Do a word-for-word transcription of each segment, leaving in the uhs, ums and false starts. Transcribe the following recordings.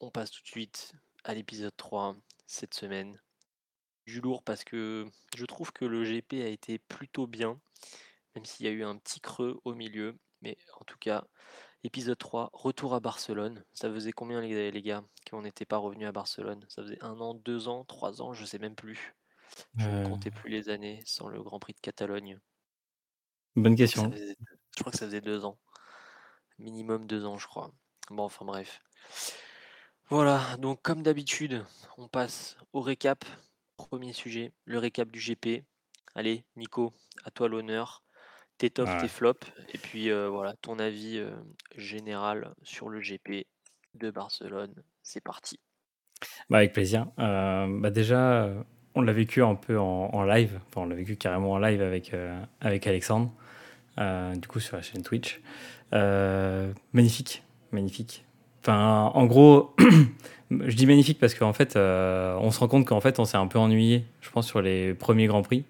on passe tout de suite à l'épisode trois cette semaine. Du lourd parce que je trouve que le G P a été plutôt bien, même s'il y a eu un petit creux au milieu. Mais en tout cas, épisode trois, retour à Barcelone. Ça faisait combien les, les gars qu'on n'était pas revenu à Barcelone? Ça faisait un an, deux ans, trois ans, je sais même plus. Je ne Heu, comptais plus les années sans le Grand Prix de Catalogne. Bonne Je crois que ça question. faisait, je crois que ça faisait deux ans. Minimum deux ans, je crois. Bon, enfin bref. Voilà, donc comme d'habitude, on passe au récap. Premier sujet, le récap du G P. Allez, Nico, à toi l'honneur. Tes tops, tes Ouais. flops. Et puis euh, voilà, ton avis euh, général sur le G P de Barcelone. C'est parti. Bah, avec plaisir. Heu, bah, déjà, heu, on l'a vécu un peu en en live, enfin, on l'a vécu carrément en live avec, heu, avec Alexandre, heu, du coup sur la chaîne Twitch. Heu, magnifique, magnifique. Enfin, en gros, je dis magnifique parce qu'en fait, heu, on se rend compte qu'en fait, on s'est un peu ennuyé, je pense, sur les premiers grands prix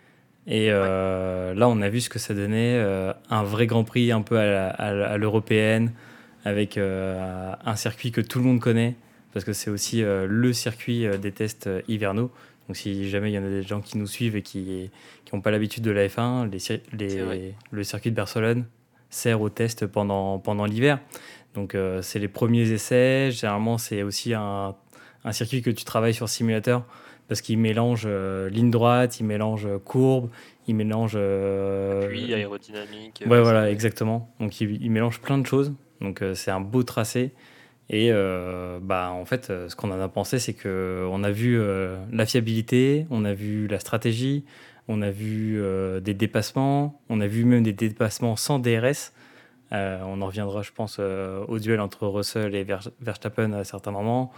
et Ouais, heu, là, on a vu ce que ça donnait, heu, un vrai grand prix un peu à la à l à l'européenne avec, heu, un circuit que tout le monde connaît parce que c'est aussi, heu, le circuit, heu, des tests, heu, hivernaux. Donc si jamais il y en a des gens qui nous suivent et qui qui ont pas l'habitude de la F un, les cir c'est vrai. les le circuit de Barcelone sert aux tests pendant pendant l'hiver. Donc, heu, c'est les premiers essais. Généralement, c'est aussi un un circuit que tu travailles sur simulateur parce qu'il mélange, heu, ligne droite, il mélange, heu, courbe, il mélange, heu Appui, aérodynamique, ouais, euh, c'est voilà, vrai. exactement. Donc il il mélange plein de choses. Donc, heu, c'est un beau tracé et heu, bah, en fait, heu, ce qu'on en a pensé, c'est qu'on a vu, heu, la fiabilité, on a vu la stratégie, on a vu, heu, des dépassements, on a vu même des dépassements sans D R S. Heu, on en reviendra, je pense, heu, au duel entre Russell et Verst Verstappen à certains moments.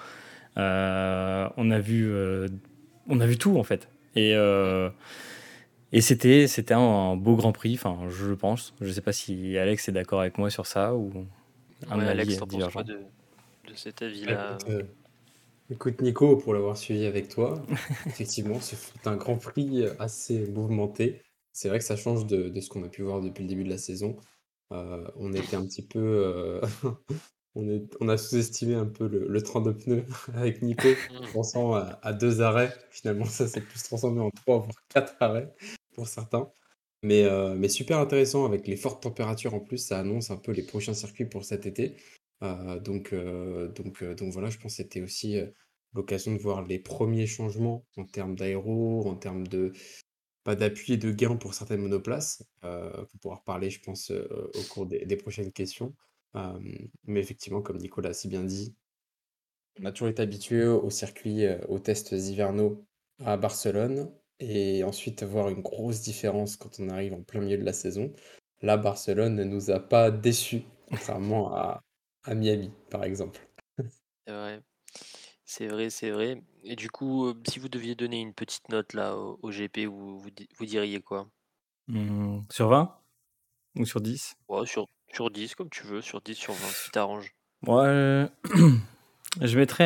Heu, on a vu, heu, on a vu tout en fait et Mm. heu et c'était c'était un beau Grand Prix, enfin, je pense. Je ne sais pas si Alex est d'accord avec moi sur ça ou un Ouais, avis Alex, t'en penses quoi divergent? de, de cet Ah, avis-là? Écoute, euh, écoute Nico, pour l'avoir suivi avec toi, effectivement, ce fut un Grand Prix assez mouvementé. C'est vrai que ça change de, de ce qu'on a pu voir depuis le début de la saison. Euh, on était un petit peu, euh, on est, on a sous-estimé un peu le, le train de pneus avec Nico, Mm. pensant à, à deux arrêts. Finalement, ça s'est plus transformé en trois, voire quatre arrêts pour certains. Mais, euh, mais super intéressant avec les fortes températures en plus, ça annonce un peu les prochains circuits pour cet été. Euh, donc, euh, donc, euh, donc voilà, je pense que c'était aussi euh, l'occasion de voir les premiers changements en termes d'aéro, en termes de pas d'appui et de gain pour certaines monoplaces. Euh, on va pouvoir parler, je pense, euh, au cours des, des prochaines questions. Euh, mais effectivement, comme Nicolas a si bien dit, on a toujours été habitué au circuit, euh, aux tests hivernaux à Barcelone, et ensuite avoir une grosse différence quand on arrive en plein milieu de la saison. Là, Barcelone ne nous a pas déçus, contrairement à, à Miami, par exemple. C'est vrai. C'est vrai, c'est vrai. Et du coup, euh, si vous deviez donner une petite note là au, au G P, vous, vous, di- vous diriez quoi? Mmh, sur vingt ou sur dix? Ouais, sur, sur dix comme tu veux, sur dix sur vingt ce qui t'arrange. Ouais, je mettrais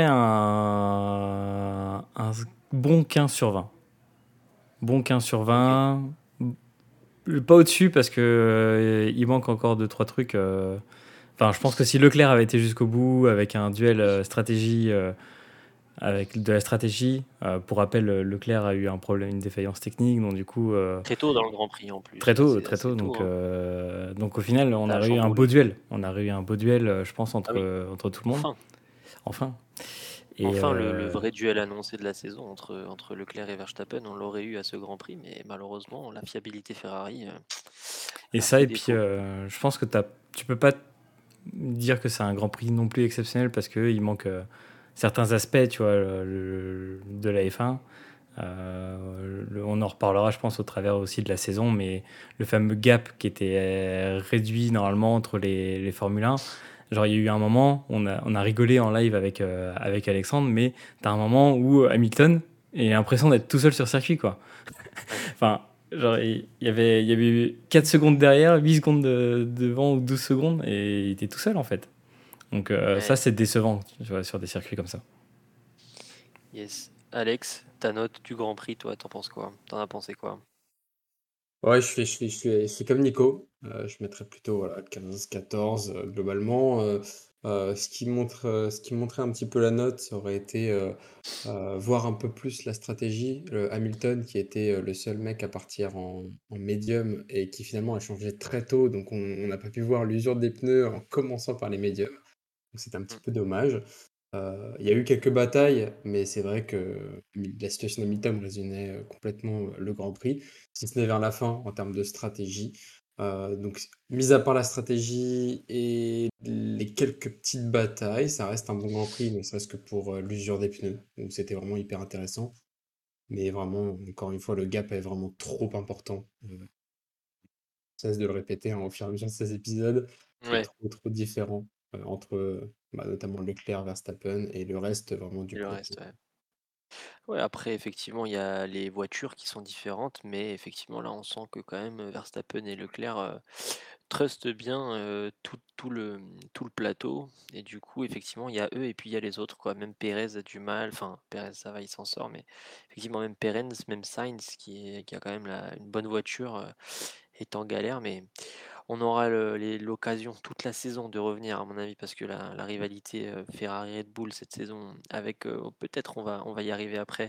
un un bon quinze sur vingt. Bon quinze sur Ok. vingt. Mmh, pas au-dessus parce que, heu, il manque encore deux trois trucs, heu, enfin, je pense que si Leclerc avait été jusqu'au bout avec un duel, heu, stratégie, heu, avec de la stratégie, heu, pour rappel, heu, Leclerc a eu un problème, une défaillance technique, donc du coup, heu, Très tôt dans le Grand Prix en très plus, là, tôt, c'est très assez tôt, tôt, donc hein. heu, donc au final, on Ça a a eu un beau chamboulé. duel. On a eu un beau duel, heu, je pense Ah entre, oui, heu, entre tout le monde, enfin. enfin et Enfin, le, le heu vrai duel annoncé de la saison entre, entre Leclerc et Verstappen, on l'aurait eu à ce Grand Prix, mais malheureusement, la fiabilité Ferrari euh, et a ça fait et puis, défaut. heu, je pense que tu tu peux pas dire que c'est un Grand Prix non plus exceptionnel parce qu'il manque, heu, certains aspects, tu vois, le le de la F un. Heu, le On en reparlera, je pense, au travers aussi de la saison, mais le fameux gap qui était euh, réduit normalement entre les les Formule un. Genre, il y a eu un moment, on a on a rigolé en live avec, heu, avec Alexandre, mais tu as un moment où Hamilton il a l'impression d'être tout seul sur circuit, quoi. Ouais, Enfin, genre, il il y avait il y avait quatre secondes derrière, huit secondes de devant ou douze secondes et il était tout seul, en fait. Donc heu, ça, ouais, c'est décevant, tu vois, sur des circuits comme ça. yes. Alex, ta note du Grand Prix, toi, t'en penses quoi? T'en as pensé quoi? Ouais, je suis, je suis, je suis, je suis comme Nico. Euh, je mettrais plutôt voilà, quinze quatorze euh, globalement. Euh, Heu, ce qui montre, heu, ce qui montrait un petit peu la note, ça aurait été, heu heu, voir un peu plus la stratégie. Heu, Hamilton qui était, heu, le seul mec à partir en en médium et qui finalement a changé très tôt, donc on on n'a pas pu voir l'usure des pneus en commençant par les médiums. Donc c'était un petit Mmh. peu dommage. Heu, il y a eu quelques batailles, mais c'est vrai que mi la situation d'Hamilton résumait, heu, complètement, heu, le Grand Prix, si ce n'est vers la fin en termes de stratégie. Heu, donc s mis à part la stratégie et les quelques petites batailles, ça reste un bon Grand Prix, ne serait-ce que pour, heu, l'usure des pneus. Donc c'était vraiment hyper intéressant. Mais vraiment, encore une fois, le gap est vraiment trop important. Heu, cesse de le répéter, hein, au fur et à mesure de ces épisodes. C'est Ouais, trop, trop différent, heu, entre, heu, bah, notamment Leclerc, Verstappen et le reste vraiment du et le peloton. reste, ouais. Ouais, après effectivement, il y a les voitures qui sont différentes, mais effectivement là, on sent que quand même, heu, Verstappen et Leclerc, heu, trustent bien, heu, tout tout le, mmh, tout le plateau et du coup, effectivement, il y a eux et puis il y a les autres, quoi. Même Pérez a du mal, enfin Pérez ça va, il s'en sort, mais effectivement même Perens, même Sainz qui est qui a quand même la une bonne voiture, heu, est en galère, mais on aura le les l'occasion toute la saison de revenir à mon avis parce que la la rivalité, heu, Ferrari-Red Bull cette saison avec, heu, peut-être on va on va y arriver après,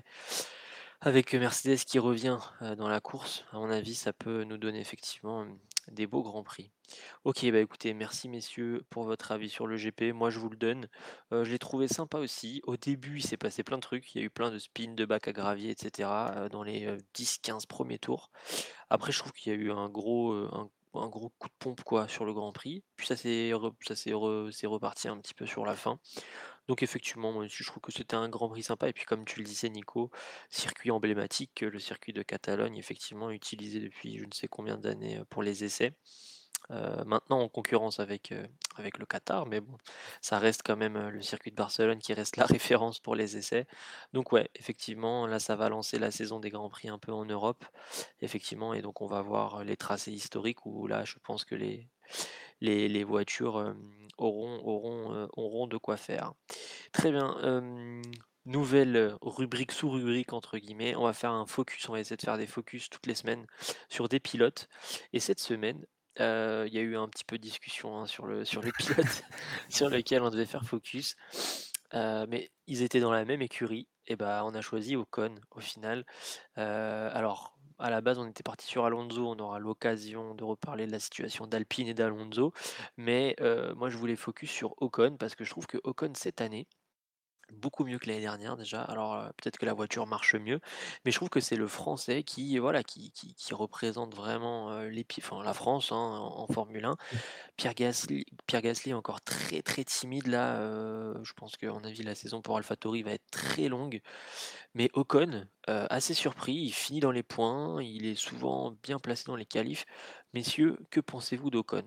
avec, heu, Mercedes qui revient, heu, dans la course. À mon avis, ça peut nous donner effectivement, hem, des beaux grands prix. OK, bah, écoutez, merci messieurs pour votre avis sur le G P. Moi, je vous le donne. Heu, je l'ai trouvé sympa aussi. Au début, il s'est passé plein de trucs. Il y a eu plein de spins, de bacs à gravier et cetera, heu, dans les, heu, dix quinze premiers tours. Après, je trouve qu'il y a eu un gros, heu, un un gros coup de pompe, quoi, sur le Grand Prix. Puis ça s'est re ça s'est re c'est reparti un petit peu sur la fin. Donc effectivement, moi aussi, je trouve que c'était un Grand Prix sympa et puis comme tu le disais Nico, circuit emblématique, heu, le circuit de Catalogne, effectivement utilisé depuis je ne sais combien d'années, heu, pour les essais. Heu, maintenant en concurrence avec, heu, avec le Qatar, mais bon, ça reste quand même, heu, le circuit de Barcelone qui reste la référence pour les essais. Donc ouais, effectivement, là, ça va lancer la saison des grands prix un peu en Europe, effectivement et donc on va voir, heu, les tracés historiques où là, je pense que les les les voitures, hem, auront auront, heu, auront de quoi faire. Très bien, hem, nouvelle, heu, «rubrique sous rubrique» entre guillemets, on va faire un focus, on va essayer de faire des focus toutes les semaines sur des pilotes et cette semaine, heu, il y a eu un petit peu de discussion, hein, sur le sur le pilote sur lequel on devait faire focus, heu, mais ils étaient dans la même écurie et bah, on a choisi Ocon au final. Heu, alors à la base, on était parti sur Alonso, on aura l'occasion de reparler de la situation d'Alpine et d'Alonso, mais heu, moi je voulais focus sur Ocon parce que je trouve que Ocon cette année beaucoup mieux que l'année dernière déjà. Alors, heu, peut-être que la voiture marche mieux, mais je trouve que c'est le Français qui, voilà, qui qui qui représente vraiment, heu, l'épi enfin la France, hein, en en Formule un. Pierre Gasly Pierre Gasly est encore très, très timide là, heu, je pense qu'à mon avis la saison pour AlphaTauri va être très longue. Mais Ocon, heu, assez surpris, il finit dans les points, il est souvent bien placé dans les qualifs. Messieurs, que pensez-vous d'Ocon?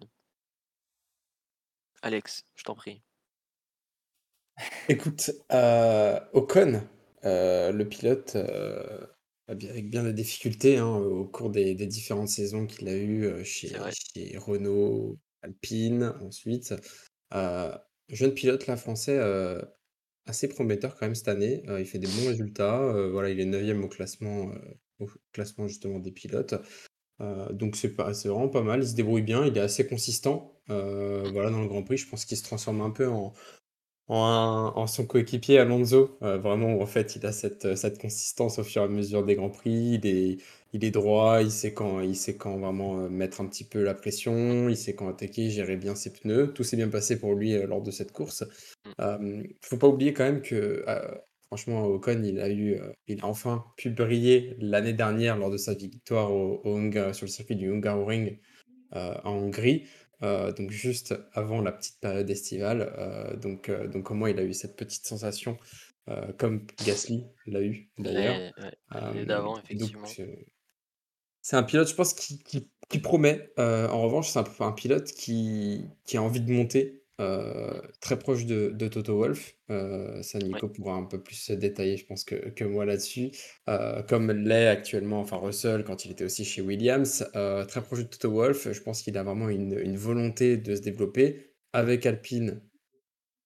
Alex, je t'en prie. Écoute, heu, Ocon, heu, le pilote, heu, a bien avec bien des difficultés, hein, au cours des des différentes saisons qu'il a eues, heu, C'est chez vrai. chez Renault, Alpine ensuite. Heu, jeune pilote là français, heu, assez prometteur quand même cette année. Heu, il fait des bons résultats, heu, voilà, il est neuvième au classement, heu, au classement justement des pilotes. Heu, donc c'est pas c'est vraiment pas mal. Il se débrouille bien, il est assez consistant, heu, Mmh, voilà dans le Grand Prix. Je pense qu'il se transforme un peu en en un en son coéquipier Alonso, heu, vraiment où en fait il a cette, heu, cette consistance au fur et à mesure des grands prix. Il est il est droit, il sait quand il sait quand vraiment, heu, mettre un petit peu la pression, il sait quand attaquer, gérer bien ses pneus. Tout s'est bien passé pour lui, heu, lors de cette course. mmh, Hem, faut pas oublier quand même que, heu, franchement Ocon il a eu, heu, il a enfin pu briller l'année dernière lors de sa victoire au au Hunga sur le circuit du Hungaroring, heu, en Hongrie, heu, donc juste avant la petite période estivale, heu, donc heu, donc au moins il a eu cette petite sensation, heu, comme Gasly l'a eu d'ailleurs. l'année ouais, l'année Hem, d'avant donc effectivement. heu, c'est un pilote je pense qui qui qui promet, heu, en revanche c'est un un pilote qui qui a envie de monter, heu, Mmh, très proche de de Toto Wolff, heu, ça ouais. Nico pourra un peu plus se détailler je pense que que moi là-dessus, heu, comme l'est actuellement enfin Russell quand il était aussi chez Williams, heu, très proche de Toto Wolff, je pense qu'il a vraiment une une volonté de se développer avec Alpine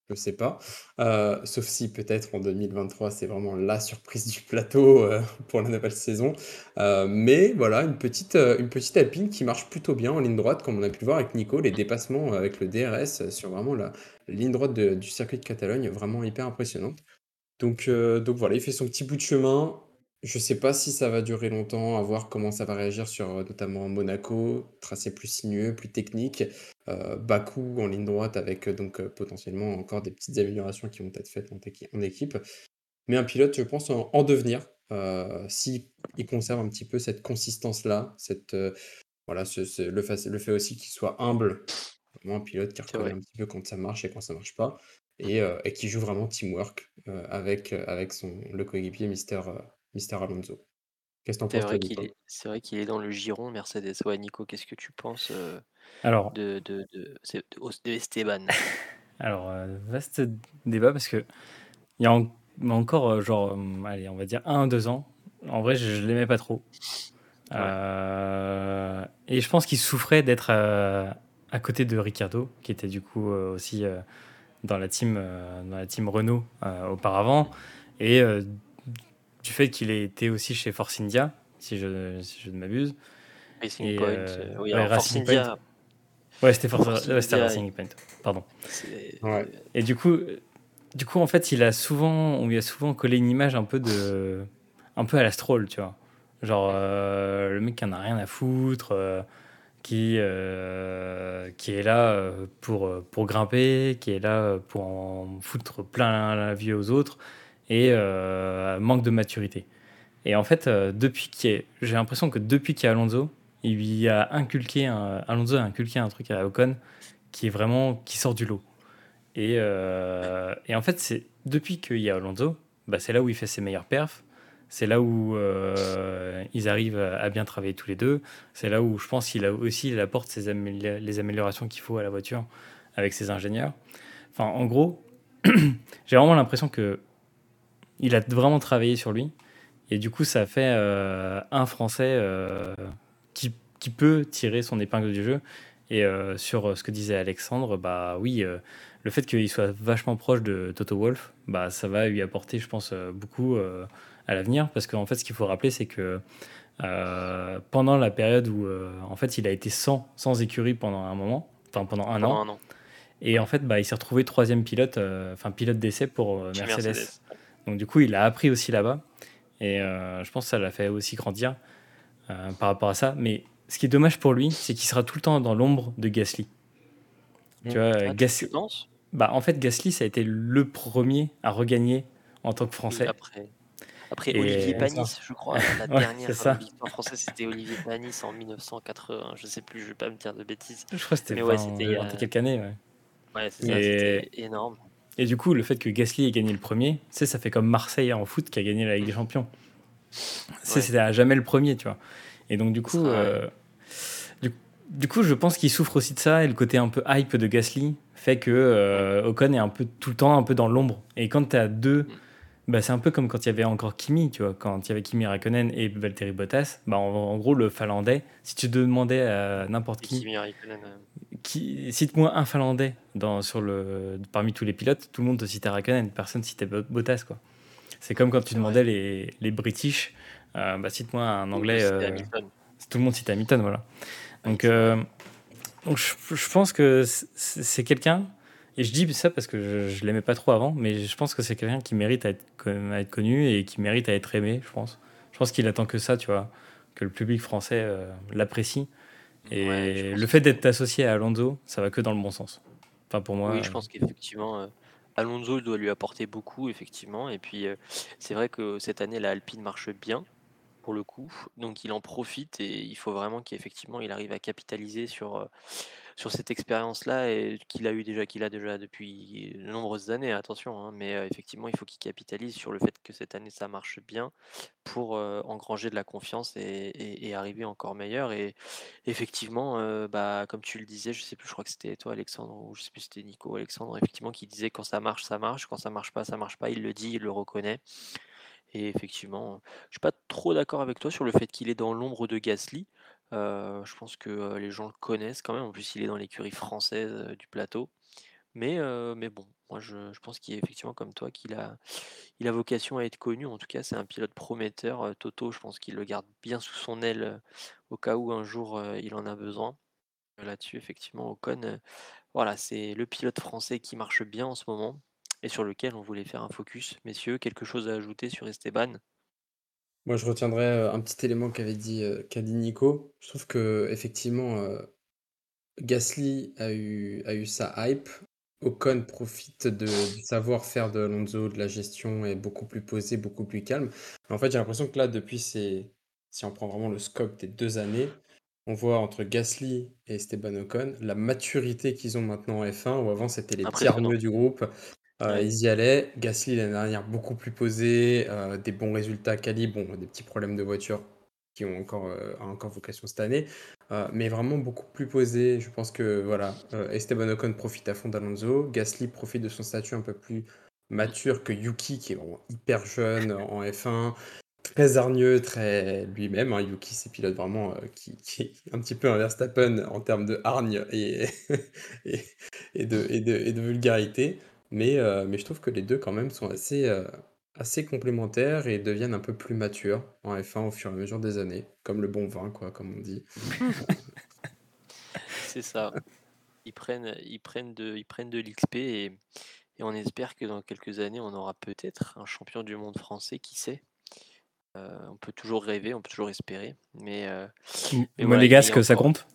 je sais pas. Heu, sauf si peut-être en deux mille vingt-trois, c'est vraiment la surprise du plateau, heu, pour la nouvelle saison. Heu, mais voilà, une petite, heu, une petite Alpine qui marche plutôt bien en ligne droite, comme on a pu le voir avec Nico, les dépassements avec le D R S sur vraiment la ligne droite de du circuit de Catalogne, vraiment hyper impressionnant. Donc, heu, donc voilà, il fait son petit bout de chemin. Je sais pas si ça va durer longtemps, à voir comment ça va réagir sur, heu, notamment Monaco, tracé plus sinueux, plus technique, heu, Bakou en ligne droite avec, heu, donc, heu, potentiellement encore des petites améliorations qui vont être faites en téqui en équipe. Mais un pilote, je pense, en en devenir, heu, si il conserve un petit peu cette consistance-là, cette, heu, voilà, ce ce le fait le fait aussi qu'il soit humble, vraiment un pilote qui C'est reconnaît vrai. un petit peu quand ça marche et quand ça marche pas Mmh. et heu et qui joue vraiment teamwork, heu, avec, heu, avec son le coéquipier Mister, heu, Mister Alonso. Qu'est-ce que tu en C'est penses toi, vrai qu'il Nico? est c'est vrai qu'il est dans le giron Mercedes. Ouais, Nico, qu'est-ce que tu penses, heu, Alors, de de de c'est de Os de Esteban? alors euh, vaste débat parce que il y a en- encore, euh, genre, euh, allez, on va dire un, deux ans, en vrai, je, je l'aimais pas trop. Ouais, Euh, et je pense qu'il souffrait d'être euh, à côté de Ricardo, qui était du coup euh, aussi euh, dans la team, euh, dans la team Renault euh, auparavant, et euh, du fait qu'il ait été aussi chez Force India, si je, si je ne m'abuse, Racing et Point, euh, heu, oui, ouais, alors Force Racing Point. India Ouais, c'était Force, Force ouais, c'était India, Racing Point. Pardon. c'est Ouais. Et du coup, du coup, en fait, il a souvent, on lui a souvent collé une image un peu de, un peu à la Stroll, tu vois. Genre euh, le mec qui en a rien à foutre, euh, qui, euh, qui est là euh, pour, euh, pour grimper, qui est là euh, pour en foutre plein la vie aux autres, et euh, manque de maturité. Et en fait, euh, depuis qu'il est, j'ai l'impression que depuis qu'il y a Alonso, il lui a inculqué un, Alonso a inculqué un truc à Ocon qui est vraiment qui sort du lot. Et, euh, et en fait, c'est depuis qu'il y a Alonso, bah, c'est là où il fait ses meilleurs perfs. C'est là où euh, ils arrivent à, à bien travailler tous les deux. C'est là où je pense qu'il a aussi il apporte ses amélio- les améliorations qu'il faut à la voiture avec ses ingénieurs. Enfin, en gros, j'ai vraiment l'impression que il a vraiment travaillé sur lui. Et du coup, ça fait euh, un Français euh, qui, qui peut tirer son épingle du jeu. Et euh, sur euh, ce que disait Alexandre, bah oui, euh, le fait qu'il soit vachement proche de Toto Wolff, bah ça va lui apporter, je pense, euh, beaucoup euh, à l'avenir. Parce qu'en fait, ce qu'il faut rappeler, c'est que euh, pendant la période où euh, en fait, il a été sans, sans écurie pendant un moment, enfin pendant un pendant an, un an. et en Ouais, fait, bah, il s'est retrouvé troisième pilote, euh, enfin pilote d'essai pour euh, chez Mercedes. Mercedes. Ouais. Donc du coup, il a appris aussi là-bas. Et euh, je pense que ça l'a fait aussi grandir euh, par rapport à ça. Mais ce qui est dommage pour lui, c'est qu'il sera tout le temps dans l'ombre de Gasly. Tu Mmh. vois, euh, Ah, tu Gas- tu penses? bah, en fait, Gasly, ça a été le premier à regagner en tant que Oui, Français. après après Olivier Et C'est ça. Panis, je crois, la la ouais, c'est dernière, heu, ça. victoire française, c'était Olivier Panis en mille neuf cent quatre-vingts, je sais plus, je vais pas me dire de bêtises. Je crois que c'était Mais ouais, c'était il vingt, y vingt et a quelques années. Ouais. ouais, c'est Mmh. ça, c'était Et, énorme. et du coup, le fait que Gasly ait gagné le premier, tu sais, ça fait comme Marseille en foot qui a gagné la Ligue des Champions. C'est Ouais, c'était à jamais le premier, tu vois. Et donc, du ce coup, sera ouais. euh, Du, du coup, je pense qu'il souffre aussi de ça et le côté un peu hype de Gasly fait que Mmh, euh, Ocon est un peu tout le temps un peu dans l'ombre. Et quand tu as deux, mmh. bah, c'est un peu comme quand il y avait encore Kimi, tu vois, quand il y avait Kimi Raikkonen et Valtteri Bottas, bah, en, en gros, le Finlandais, si tu demandais à n'importe Et qui, Kimi Raikkonen, heu, qui cite-moi un Finlandais dans, sur le, parmi tous les pilotes, tout le monde te citait Raikkonen, personne citait Bo- Bottas, quoi. C'est comme quand tu c'est vrai. demandais les, les British, euh, bah, cite-moi un Tout le monde Anglais, citait euh, Hamilton. tout le monde citait Hamilton, voilà. Oui, Donc, c'est vrai. euh, Donc je, je pense que c'est c'est quelqu'un, et je dis ça parce que je, je l'aimais pas trop avant, mais je pense que c'est quelqu'un qui mérite à être, con- à être connu et qui mérite à être aimé, je pense. Je pense qu'il attend que ça, tu vois, que le public français euh, l'apprécie. Ouais, je Et pense le fait qu'il d'être faut associé à Alonso, ça va que dans le bon sens. Enfin, pour moi, oui, euh, je pense qu'effectivement, heu, Alonso doit lui apporter beaucoup effectivement et puis, heu, c'est vrai que cette année, la Alpine marche bien. Pour le coup, donc il en profite et il faut vraiment qu'effectivement il arrive à capitaliser sur, heu, sur cette expérience-là et qu'il a eu déjà qu'il a déjà depuis de nombreuses années, attention, hein, mais, heu, effectivement il faut qu'il capitalise sur le fait que cette année ça marche bien pour, heu, engranger de la confiance et et et arriver encore meilleur et effectivement, heu, bah, comme tu le disais, je sais plus, je crois que c'était toi Alexandre ou je sais plus si c'était Nico ou Alexandre effectivement qui disait: «Quand ça marche, ça marche, quand ça marche pas, ça marche pas». Il le dit, il le reconnaît et effectivement, je suis pas trop d'accord avec toi sur le fait qu'il est dans l'ombre de Gasly. Heu, je pense que, heu, les gens le connaissent quand même. En plus, il est dans l'écurie française, heu, du plateau. Mais, euh, mais bon, moi je, je pense qu'il est effectivement comme toi qu'il a, il a vocation à être connu. En tout cas, c'est un pilote prometteur. Euh, Toto, je pense qu'il le garde bien sous son aile euh, au cas où un jour euh, il en a besoin. Euh, Là-dessus, effectivement, Ocon, euh, voilà, c'est le pilote français qui marche bien en ce moment et sur lequel on voulait faire un focus. Messieurs, quelque chose à ajouter sur Esteban? Moi, je retiendrai euh, un petit élément qu'avait dit, euh, qu'a dit Nico. Je trouve que effectivement, euh, Gasly a eu, a eu sa hype. Ocon profite de, du savoir-faire de Alonso, de la gestion, est beaucoup plus posé, beaucoup plus calme. Mais en fait, j'ai l'impression que là, depuis ces, si on prend vraiment le scope des deux années, on voit entre Gasly et Esteban Ocon la maturité qu'ils ont maintenant en F un, où avant c'était les petits Impressionnant. hargneux du groupe. Euh, Ouais. ils y allaient. Gasly l'année dernière beaucoup plus posé, euh, des bons résultats quali, bon, des petits problèmes de voiture qui ont encore, euh, encore vocation cette année. Euh, mais vraiment beaucoup plus posé. Je pense que voilà, euh, Esteban Ocon profite à fond d'Alonso. Gasly profite de son statut un peu plus Mm. mature que Yuki, qui est vraiment hyper jeune en F un, très hargneux, très lui-même. Hein. Yuki, c'est pilote vraiment euh, qui, qui est un petit peu un Verstappen en termes de hargne et, et, et de, et, de, et de vulgarité. Mais, euh, mais je trouve que les deux, quand même, sont assez, euh, assez complémentaires et deviennent un peu plus matures en F un au fur et à mesure des années, comme le bon vin, quoi, comme on dit. C'est ça. Ils prennent, ils prennent de, ils prennent de l'X P et, et on espère que dans quelques années, on aura peut-être un champion du monde français, qui sait. Euh, on peut toujours rêver, on peut toujours espérer, mais, euh, M- mais voilà, il y a Monégasque, ça encore. compte?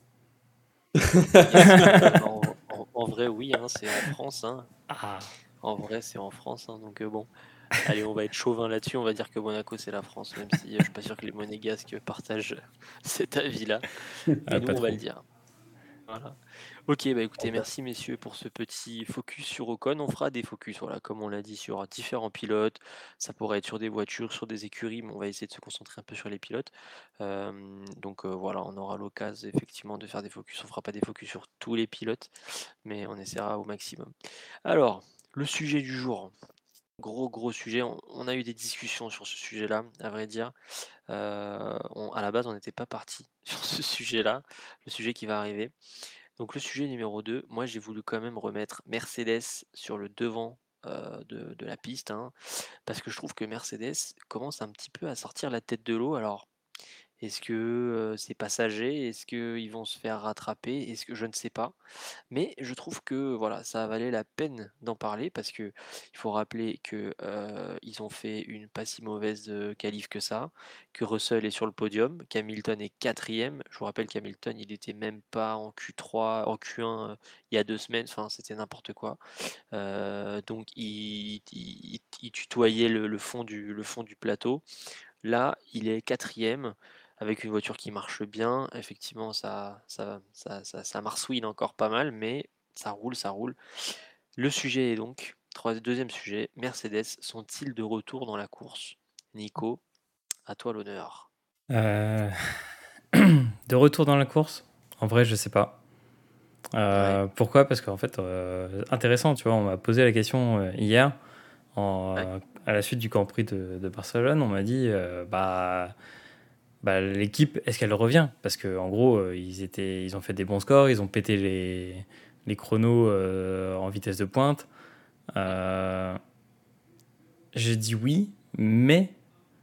Monégasque, euh, en, en- en vrai, oui, hein, c'est en France. Hein. Ah. En vrai, c'est en France. Hein, donc euh, bon, allez, on va être chauvin là-dessus. On va dire que Monaco, c'est la France, même si euh, je suis pas sûr que les Monégasques partagent cet avis-là. Ah, Mais nous, pas on va trop. le dire. Voilà. Ok, bah écoutez, merci messieurs pour ce petit focus sur Ocon. On fera des focus, voilà, comme on l'a dit, sur différents pilotes. Ça pourrait être sur des voitures, sur des écuries, mais on va essayer de se concentrer un peu sur les pilotes. Euh, donc euh, voilà, on aura l'occasion effectivement de faire des focus. On fera pas des focus sur tous les pilotes, mais on essaiera au maximum. Alors, le sujet du jour. Gros gros sujet, on, on a eu des discussions sur ce sujet-là, à vrai dire. Euh, on- à la base, on n'était pas parti sur ce sujet-là, le sujet qui va arriver. Donc le sujet numéro deux, moi j'ai voulu quand même remettre Mercedes sur le devant euh, de, de la piste, hein, parce que je trouve que Mercedes commence un petit peu à sortir la tête de l'eau. Alors, est-ce que euh, c'est passager? Est-ce qu'ils vont se faire rattraper? Est-ce que je ne sais pas? Mais je trouve que voilà, ça valait la peine d'en parler parce que il faut rappeler que euh, ils ont fait une pas si mauvaise euh, qualif que ça, que Russell est sur le podium, qu'Hamilton est quatrième. Je vous rappelle qu'Hamilton il était même pas en Q trois, en Q un euh, il y a deux semaines, enfin c'était n'importe quoi. Euh, donc il, il- il tutoyait le, le fond du, le fond du plateau. Là, il est quatrième avec une voiture qui marche bien. Effectivement, ça, ça, ça, ça, ça marsouine encore pas mal, mais ça roule, ça roule. Le sujet est donc, troisième, deuxième sujet, Mercedes sont-ils de retour dans la course? Nico, à toi l'honneur. Euh, De retour dans la course? En vrai, je sais pas. Ouais, Euh, pourquoi? Parce qu'en fait, euh, intéressant, tu vois, on m'a posé la question euh, hier, ouais, en- à la suite du Grand Prix de, de Barcelone, on m'a dit, euh, bah, bah, l'équipe, est-ce qu'elle revient? Parce que en gros, euh, ils étaient, ils ont fait des bons scores, ils ont pété les, les chronos euh, en vitesse de pointe. mm, Euh, j'ai dit oui, mais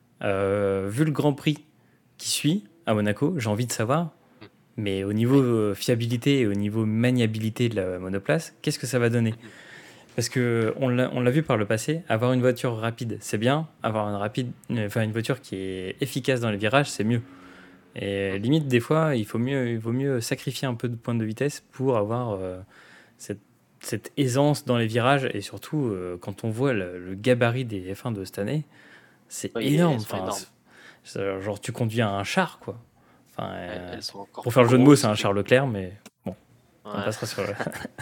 euh, vu le Grand Prix qui suit à Monaco, j'ai envie de savoir. mm, Mais au niveau ouais, euh, fiabilité et au niveau maniabilité de la monoplace, qu'est-ce que ça va donner? mhm, Parce que on l'a on l'a vu par le passé, avoir une voiture rapide, c'est bien. Avoir une, rapide, enfin, une voiture qui est efficace dans les virages, c'est mieux. Et mm. limite, des fois, il, faut mieux, il vaut mieux sacrifier un peu de points de vitesse pour avoir euh, cette, cette aisance dans les virages. Et surtout, euh, quand on voit le, le gabarit des F un de cette année, c'est Ouais, il est- énorme. elles sont Enfin, énormes. c'est- genre, tu conduis un char, quoi. Enfin, Ouais, euh, elles sont encore pour faire plus le jeu de mots, c'est grosses un que. Charles Leclerc, mais bon, on Ouais, passera sur le.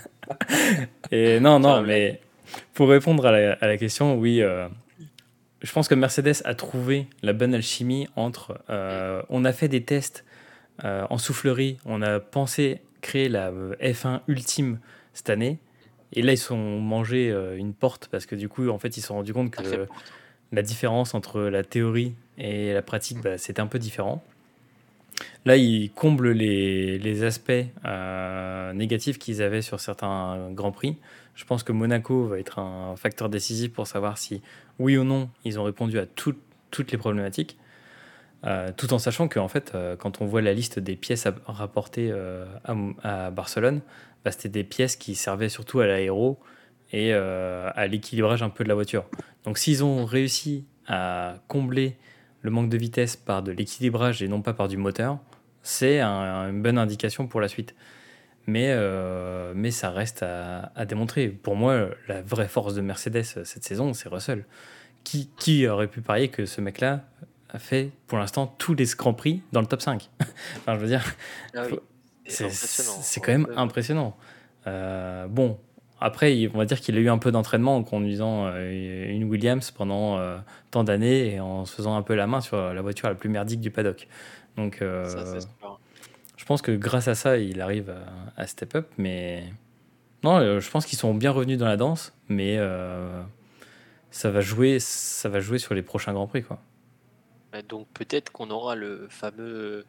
Et non, sur non, la blague. mais pour répondre à la, à la question, oui, euh, je pense que Mercedes a trouvé la bonne alchimie entre. Mm, Euh, on a fait des tests euh, en soufflerie, on a pensé créer la euh, F un ultime cette année, et là ils se sont mangé euh, une porte parce que du coup, en fait, ils se sont rendus compte sacrée que porte. la différence entre la théorie et la pratique, bah, c'était un peu différent. Là, ils comblent les, les aspects euh, négatifs qu'ils avaient sur certains Grands Prix. Je pense que Monaco va être un facteur décisif pour savoir si, oui ou non, ils ont répondu à tout- toutes les problématiques. Euh, tout en sachant que, en fait, euh, quand on voit la liste des pièces à rapporter euh, à, à Barcelone, bah, c'était des pièces qui servaient surtout à l'aéro et euh, à l'équilibrage un peu de la voiture. Donc, s'ils ont réussi à combler le manque de vitesse par de l'équilibrage et non pas par du moteur, c'est un- une bonne indication pour la suite. Mais, euh, mais ça reste à, à démontrer. Pour moi, la vraie force de Mercedes euh, cette saison, c'est Russell. Qui, qui aurait pu parier que ce mec-là a fait pour l'instant tous les Grands Prix dans le top cinq? Enfin, je veux dire, Ah oui, faut- c'est c'est impressionnant. c'est quand même Russell, impressionnant. Euh, bon, après, il- on va dire qu'il a eu un peu d'entraînement en conduisant euh, une Williams pendant euh, tant d'années et en se faisant un peu la main sur la voiture la plus merdique du paddock. Donc, ça c'est euh, sûr. je pense que grâce à ça, il arrive à, à step up. Mais non, euh, je pense qu'ils sont bien revenus dans la danse, mais euh, ça va jouer, ça va jouer sur les prochains Grands Prix, quoi. Ouais, donc peut-être qu'on aura le fameux,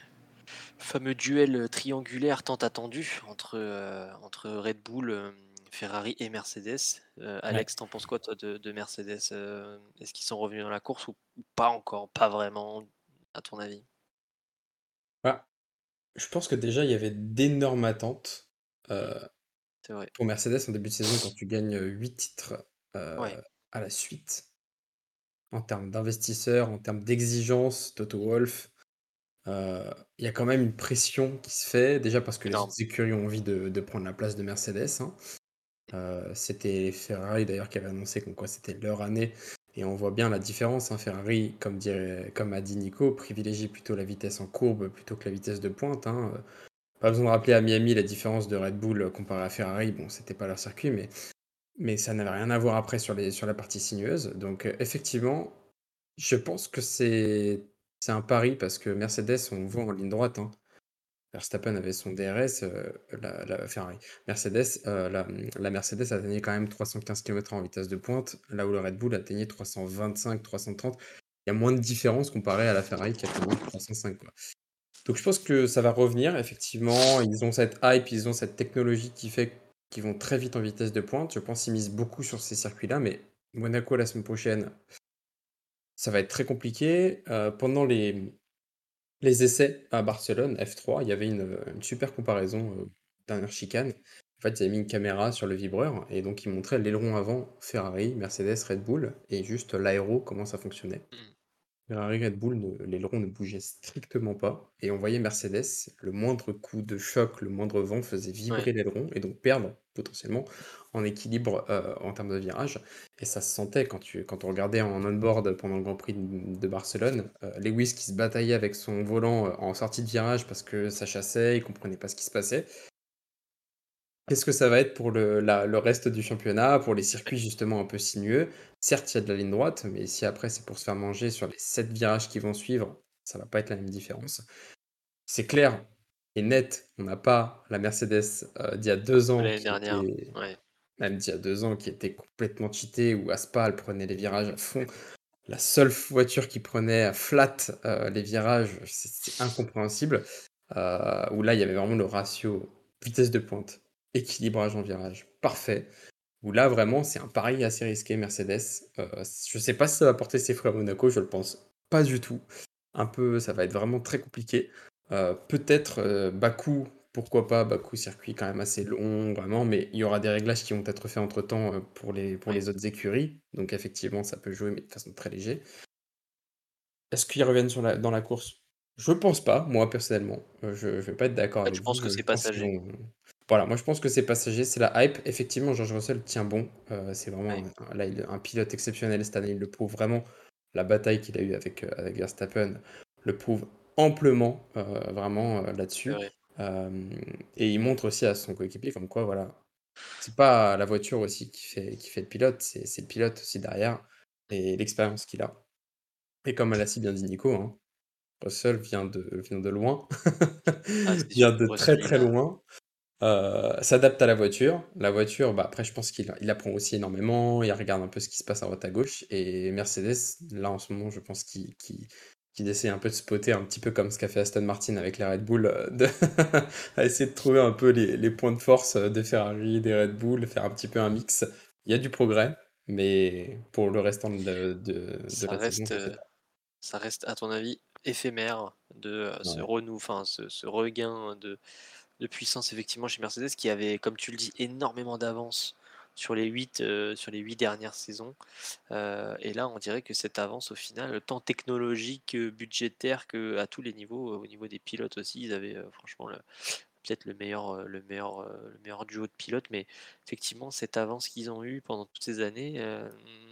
fameux duel triangulaire tant attendu entre, euh, entre Red Bull, euh, Ferrari et Mercedes. Euh, Ouais. Alex, t'en penses quoi toi de, de Mercedes? euh, Est-ce qu'ils sont revenus dans la course ou ou pas encore? Pas vraiment, à ton avis? Bah, je pense que déjà, il y avait d'énormes attentes Hmm, euh, c'est vrai. pour Mercedes en début de saison quand tu gagnes huit titres Ouais. euh, à la suite, en termes d'investisseurs, en termes d'exigence, Toto Wolff. euh, Il y a quand même une pression qui se fait, déjà parce que les Énorme. autres écuries ont envie de, de prendre la place de Mercedes, hein. Euh, c'était Ferrari d'ailleurs qui avait annoncé comme quoi c'était leur année. Et on voit bien la différence, hein. Ferrari, comme, dirait, comme a dit Nico, privilégie plutôt la vitesse en courbe plutôt que la vitesse de pointe, hein. Pas besoin de rappeler à Miami la différence de Red Bull comparé à Ferrari. Bon, c'était pas leur circuit, mais, mais ça n'avait rien à voir après sur, les, sur la partie sinueuse. Donc, euh, effectivement, je pense que c'est c'est un pari parce que Mercedes, on voit en ligne droite, hein. Verstappen avait son D R S, euh, la, la Ferrari. Mercedes, euh, la, la Mercedes atteignait quand même trois cent quinze kilomètres en vitesse de pointe, là où le Red Bull atteignait trois cent vingt-cinq, trois cent trente. Il y a moins de différence comparé à la Ferrari qui atteignait trois cent cinq, quoi. Donc je pense que ça va revenir, effectivement. Ils ont cette hype, ils ont cette technologie qui fait qu'ils vont très vite en vitesse de pointe. Je pense qu'ils misent beaucoup sur ces circuits-là, mais Monaco la semaine prochaine, ça va être très compliqué. Euh, pendant les, les essais à Barcelone, F trois, il y avait une, une super comparaison euh, dernière chicane. En fait, ils avaient mis une caméra sur le vibreur et donc ils montraient l'aileron avant Ferrari, Mercedes, Red Bull et juste l'aéro, comment ça fonctionnait. Hmm, Ferrari Red Bull, ne- l'aileron ne bougeait strictement pas. Et on voyait Mercedes, le moindre coup de choc, le moindre vent faisait ouais. vibrer l'aileron et donc perdre potentiellement en équilibre euh, en termes de virage. Et ça se sentait quand, tu, quand on regardait en on-board pendant le Grand Prix de, de Barcelone, euh, Lewis qui se bataillait avec son volant euh, en sortie de virage parce que ça chassait, il comprenait pas ce qui se passait. Qu'est-ce que ça va être pour le, la- le reste du championnat, pour les Ouais. circuits justement un peu sinueux? Certes, il y a de la ligne droite, mais si après c'est pour se faire manger sur les sept virages qui vont suivre, ça va pas être la même différence. C'est clair et net, on n'a pas la Mercedes euh, d'il y a deux De ans l'année qui dernière. était, Ouais. même d'il y a deux ans, qui était complètement cheatée, où Aspal prenait les virages à fond. La seule voiture qui prenait à flat euh, les virages, c'est c'est incompréhensible. Euh, où là, il y avait vraiment le ratio vitesse de pointe, équilibrage en virage, parfait. Où là, vraiment, c'est un pari assez risqué, Mercedes. Euh, je sais pas si ça va porter ses fruits à Monaco, je le pense pas du tout. Un peu, ça va être vraiment très compliqué. Euh, peut-être euh, Bakou, pourquoi pas, Bakou, circuit quand même assez long, vraiment, mais il y aura des réglages qui vont être faits entre-temps euh, pour les, pour Ouais. les autres écuries. Donc effectivement, ça peut jouer, mais de façon très légère. Est-ce qu'ils reviennent sur la, dans la course? Je pense pas, moi personnellement. Euh, je, je vais pas être d'accord Ah, tu avec vous. penses que Je c'est pense qu'ils passager? vont. Voilà, moi je pense que c'est passager, c'est la hype. Effectivement, George Russell tient bon. Euh, c'est vraiment Ouais. un, un- là, il- un pilote exceptionnel cette année. Il le prouve vraiment. La bataille qu'il a eue avec, euh, avec Verstappen le prouve amplement, euh, vraiment euh, C'est là-dessus. vrai. Euh, et il montre aussi à son coéquipier comme quoi, voilà, c'est pas la voiture aussi qui fait, qui fait le pilote, c'est c'est le pilote aussi derrière et l'expérience qu'il a. Et comme l'a si bien dit Nico, hein, Russell vient de, vient de loin, Ah, c'est vient sûr. de très Russell, il très a. loin, euh, s'adapte à la voiture. La voiture, bah, après, je pense qu'il il apprend aussi énormément, il regarde un peu ce qui se passe à droite à gauche. Et Mercedes, là en ce moment, je pense qu'il qu'il- qu'ils essaient un peu de spotter un petit peu comme ce qu'a fait Aston Martin avec les Red Bull, euh, de à essayer de trouver un peu les, les points de force euh, des Ferrari, des Red Bull, faire un petit peu un mix. Il y a du progrès, mais pour le restant de, de, de Ça la saison, reste, je sais euh, pas. ça reste, à ton avis, éphémère de euh, ce Ouais. renou, enfin ce, ce regain de, de puissance effectivement chez Mercedes qui avait, comme tu le dis, énormément d'avance sur les huit euh, sur les huit dernières saisons. Euh, et là, on dirait que cette avance, au final, tant technologique que budgétaire, que à tous les niveaux, euh, au niveau des pilotes aussi, ils avaient euh, franchement le- peut-être le meilleur, euh, le meilleur, euh, le meilleur duo de pilotes. Mais effectivement, cette avance qu'ils ont eue pendant toutes ces années euh,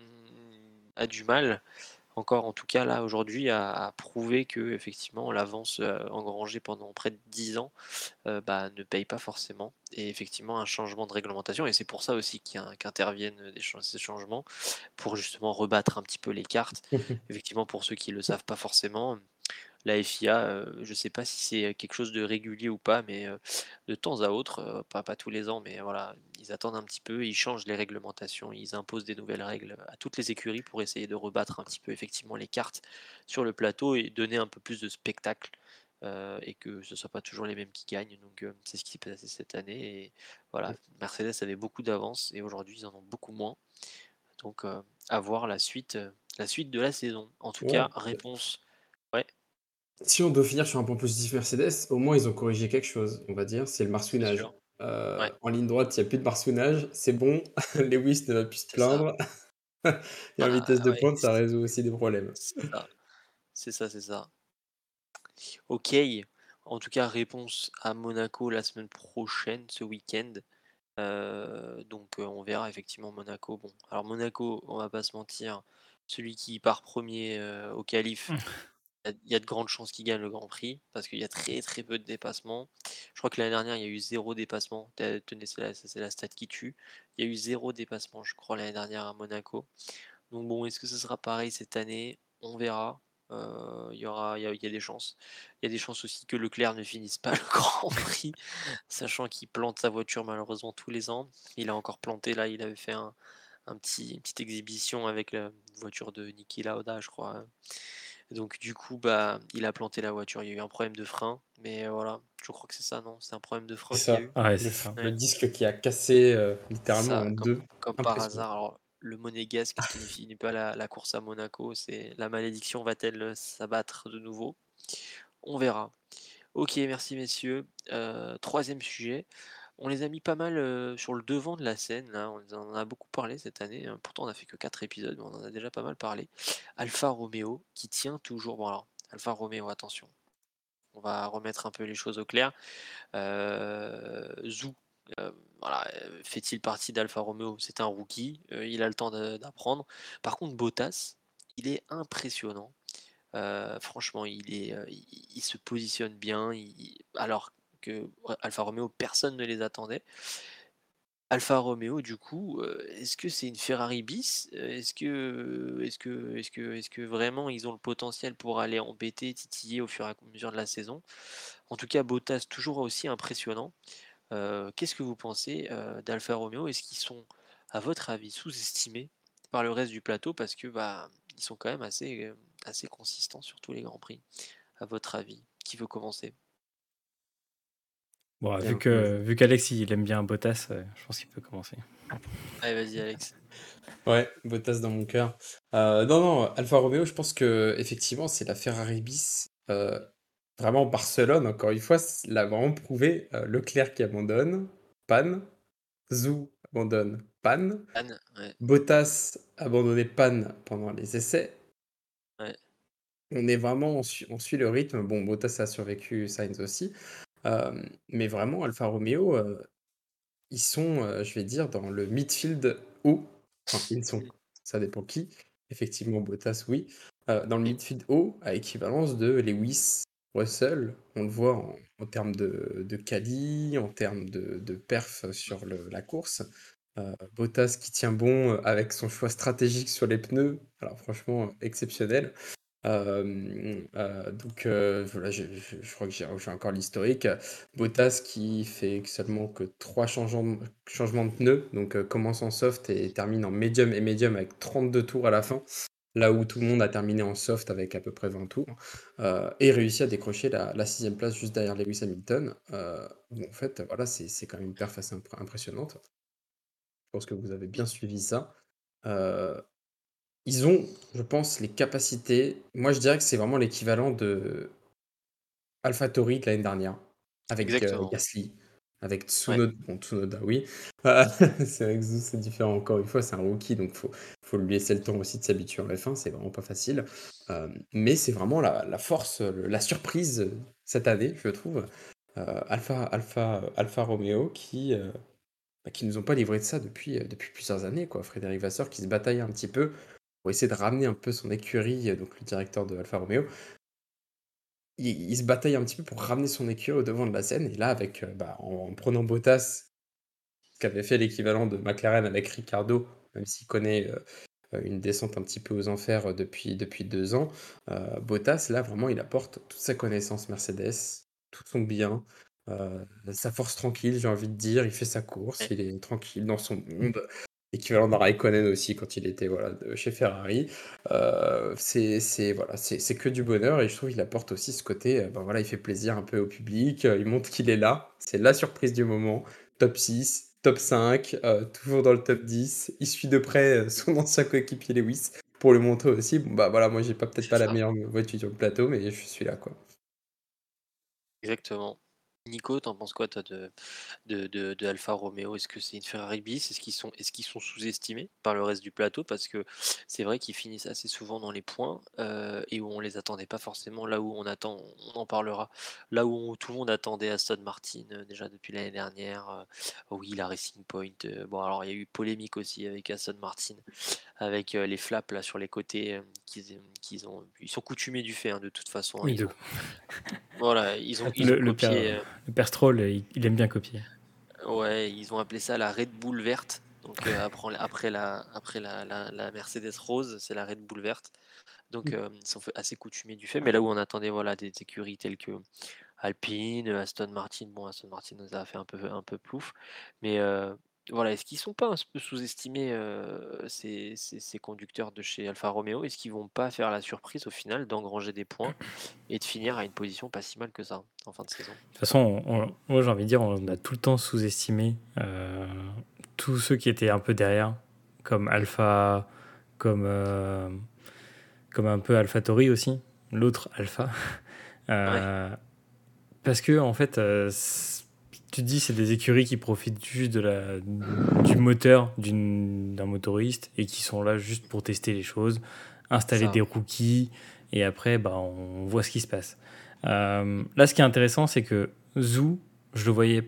a du mal encore en tout cas là aujourd'hui à, à prouver que effectivement l'avance euh, engrangée pendant près de dix ans euh, bah, ne paye pas forcément et effectivement un changement de réglementation et c'est pour ça aussi qu'il y a- qu'interviennent des cha- ces changements pour justement rebattre un petit peu les cartes. Effectivement pour ceux qui le savent pas forcément, la F I A, euh, je sais pas si c'est quelque chose de régulier ou pas, mais euh, de temps à autre, euh, pas, pas tous les ans, mais voilà, ils attendent un petit peu, ils changent les réglementations, ils imposent des nouvelles règles à toutes les écuries pour essayer de rebattre un petit peu effectivement les cartes sur le plateau et donner un peu plus de spectacle. Euh, et que ce ne soit pas toujours les mêmes qui gagnent. Donc euh, c'est ce qui s'est passé cette année. Et voilà, Mercedes avait beaucoup d'avance et aujourd'hui ils en ont beaucoup moins. Donc euh, à voir la suite, euh, la suite de la saison. En tout Ouais. cas, réponse. Ouais, Si on doit finir sur un point positif Mercedes, au moins ils ont corrigé quelque chose, on va dire, c'est le c'est marsouinage. sûr. Euh, Ouais, en ligne droite, il n'y a plus de marsouinage, c'est bon, Lewis ne va plus se c'est ça. plaindre. Et en vitesse Ah de ouais, pointe, ça résout aussi des problèmes. c'est ça, c'est ça, c'est ça. Ok, en tout cas, réponse à Monaco la semaine prochaine, ce week-end. Euh, donc euh, on verra effectivement Monaco. Bon, alors Monaco, on va pas se mentir, celui qui part premier euh, au qualif, il y, a il y a de grandes chances qu'il gagne le Grand Prix parce qu'il y a très très peu de dépassements. Je crois que l'année dernière, il y a eu zéro dépassement. T'as- Tenez, c'est la, c'est la stat qui tue. Il y a eu zéro dépassement, je crois, l'année dernière à Monaco. Donc bon, est-ce que ce sera pareil cette année? On verra. Euh, Il y aura, il y a, il y a des chances. Il y a des chances aussi que Leclerc ne finisse pas le Grand Prix, sachant qu'il plante sa voiture malheureusement tous les ans. Il a encore planté là, il avait fait un, un petit, une petite exhibition avec la voiture de Niki Lauda, je crois. Donc du coup, bah, il a planté la voiture. Il y a eu un problème de frein, mais euh, voilà, je crois que c'est ça, non? C'est un problème de C'est frein qu'il y a ça, eu. Ouais, le, c'est f- ça. le Ouais. disque qui a cassé euh, C'est littéralement en ça, comme, deux. comme par Impressionnant. hasard. Alors, le monégasque qui ne finit pas la, la course à Monaco, c'est la malédiction va-t-elle s'abattre de nouveau? On verra. Ok, merci messieurs. Euh, troisième sujet. On les a mis pas mal euh, sur le devant de la scène, là. On en a beaucoup parlé cette année. hein. Pourtant, on a fait que quatre épisodes, mais on en a déjà pas mal parlé. Alfa Romeo qui tient toujours. Bon, alors, Alfa Romeo, attention. On va remettre un peu les choses au clair. Euh, Zhou, euh, voilà, euh, fait-il partie d'Alfa Romeo? C'est un rookie, euh, il a le temps de- d'apprendre. Par contre, Bottas, il est impressionnant. Euh, franchement, il, est, euh, il, il se positionne bien, il- alors que ouais, Alfa Romeo, personne ne les attendait. Alfa Romeo, du coup, euh, est-ce que c'est une Ferrari bis? Euh, Est-ce que, est-ce que, est-ce que, est-ce que vraiment ils ont le potentiel pour aller embêter, titiller au fur et à mesure de la saison? En tout cas, Bottas toujours aussi impressionnant. Euh, qu'est-ce que vous pensez euh, d'Alfa Romeo? Est-ce qu'ils sont, à votre avis, sous-estimés par le reste du plateau parce que bah ils sont quand même assez, euh, assez consistants sur tous les grands prix. À votre avis, qui veut commencer? Bon, vu Bien, moi, je- que vu qu'Alex il aime bien Bottas, euh, je pense qu'il peut commencer. Allez, vas-y, Alex. Ouais, Bottas dans mon cœur. Euh, non, non, Alfa Romeo, je pense que effectivement, c'est la Ferrari bis. Euh, vraiment, Barcelone, encore une fois, c- l'a vraiment prouvé. Euh, Leclerc qui abandonne, panne. Zhou abandonne, panne. Anne, ouais, Bottas abandonné, panne pendant les essais. ouais. On est vraiment, on suit, on suit le rythme. Bon, Bottas a survécu, Sainz aussi. Euh, mais vraiment, Alfa Romeo, euh, ils sont, euh, je vais dire, dans le midfield haut. Enfin, ils sont, Mm. ça dépend qui. Effectivement, Bottas, oui. Euh, dans le Oui, midfield haut, à équivalence de Lewis, Russell. On le voit en, en termes de, de quali, en termes de, de perf sur le- la course. Euh, Bottas qui tient bon euh, avec son choix stratégique sur les pneus. Alors franchement, euh, exceptionnel. Euh, euh, donc euh, voilà, je, je- je crois que j'ai j'ai encore l'historique. Bottas qui fait seulement que trois changements, de- changements de pneus, donc euh, commence en soft et termine en medium et medium avec trente-deux tours à la fin. là où tout le monde a terminé en soft avec à peu près vingt tours, euh, et réussi à décrocher la, la sixième place juste derrière Lewis Hamilton. Euh, où en fait, voilà, c'est c'est quand même une perf assez impr- impressionnante. Je pense que vous avez bien suivi ça. Euh, Ils ont, je pense, les capacités. Moi, je dirais que c'est vraiment l'équivalent de AlphaTauri de l'année dernière, avec euh, Exactement. Gasly, avec Ouais, Tsunoda. Bon, Tsunoda, oui. Euh, c'est vrai que Zhou, c'est différent encore une fois, c'est un rookie, donc faut, faut lui laisser le temps aussi de s'habituer en F un, c'est vraiment pas facile. Euh, mais c'est vraiment la, la force, le- la surprise euh, cette année, je trouve. Euh, Alpha, Alpha, Alpha Romeo qui, euh, bah, qui nous ont pas livré de ça depuis, euh, depuis plusieurs années, quoi. Frédéric Vasseur qui se bataille un petit peu pour essayer de ramener un peu son écurie, euh, donc le directeur de Alfa Romeo, il, il se bataille un petit peu pour ramener son écurie au devant de la scène. Et là, avec, euh, bah, en, en prenant Bottas, ce qu'avait fait l'équivalent de McLaren avec Ricardo, même s'il connaît euh, euh, une descente un petit peu aux enfers euh, depuis, depuis deux ans, euh, Bottas, là, vraiment, il apporte toute sa connaissance Mercedes, tout son bien, euh, sa force tranquille, j'ai envie de dire. Il fait sa course, ouais, il est tranquille dans son monde. Équivalent d'un Raikkonen aussi quand il était voilà, de chez Ferrari. Euh, c'est c'est- voilà, c'est c'est que du bonheur et je trouve qu'il apporte aussi ce côté, euh, ben voilà, il fait plaisir un peu au public, euh, il montre qu'il est là, c'est la surprise du moment. Top six, top cinq, euh, toujours dans le top dix. Il suit de près euh, son ancien coéquipier Lewis pour le montrer aussi. Bon, bah voilà, moi j'ai pas peut-être c'est pas la ça. meilleure voiture sur le plateau, mais je suis là quoi. Exactement. Nico, t'en penses quoi, toi, de, de, de, de Alfa Romeo? Est-ce que c'est une Ferrari bis? Est-ce qu'ils sont, est-ce qu'ils sont sous-estimés par le reste du plateau? Parce que c'est vrai qu'ils finissent assez souvent dans les points euh, et où on les attendait pas forcément. Là où on attend, on en parlera. Là où on- tout le monde attendait Aston Martin euh, déjà depuis l'année dernière. euh, oui, la Racing Point. euh, bon, alors il y a eu polémique aussi avec Aston Martin, avec euh, les flaps là sur les côtés euh, qu'ils, qu'ils ont. Ils sont coutumés du fait, hein, de toute façon, hein. Oui, Ils de- ont, voilà, ils ont, ils ont le, le père, copié. euh, le père Stroll, il, il aime bien copier. Ouais, ils ont appelé ça la Red Bull verte. Donc euh, après, après la, après la, la, la Mercedes rose, c'est la Red Bull verte. Donc euh, ils sont fait- assez coutumés du fait. Mais là où on attendait voilà, des écuries telles que Alpine, Aston Martin, bon Aston Martin nous a fait un peu, un peu plouf. Mais euh, voilà, est-ce qu'ils sont pas un peu sous-estimés euh, ces, ces, ces conducteurs de chez Alfa Romeo? Est-ce qu'ils vont pas faire la surprise au final d'engranger des points et de finir à une position pas si mal que ça en fin de saison? De toute façon, on- on- moi j'ai envie de dire, on a tout le temps sous-estimé euh, tous ceux qui étaient un peu derrière, comme Alpha, comme, euh, comme un peu AlphaTauri aussi, l'autre Alpha. Ouais, Euh, parce que, en fait, euh, c'est- tu te dis, c'est des écuries qui profitent juste de la, du moteur d'une- d'un motoriste et qui sont là juste pour tester les choses, c'est installer des ça. rookies et après, bah, on voit ce qui se passe. Euh, là, ce qui est intéressant, c'est que Zhou, je le voyais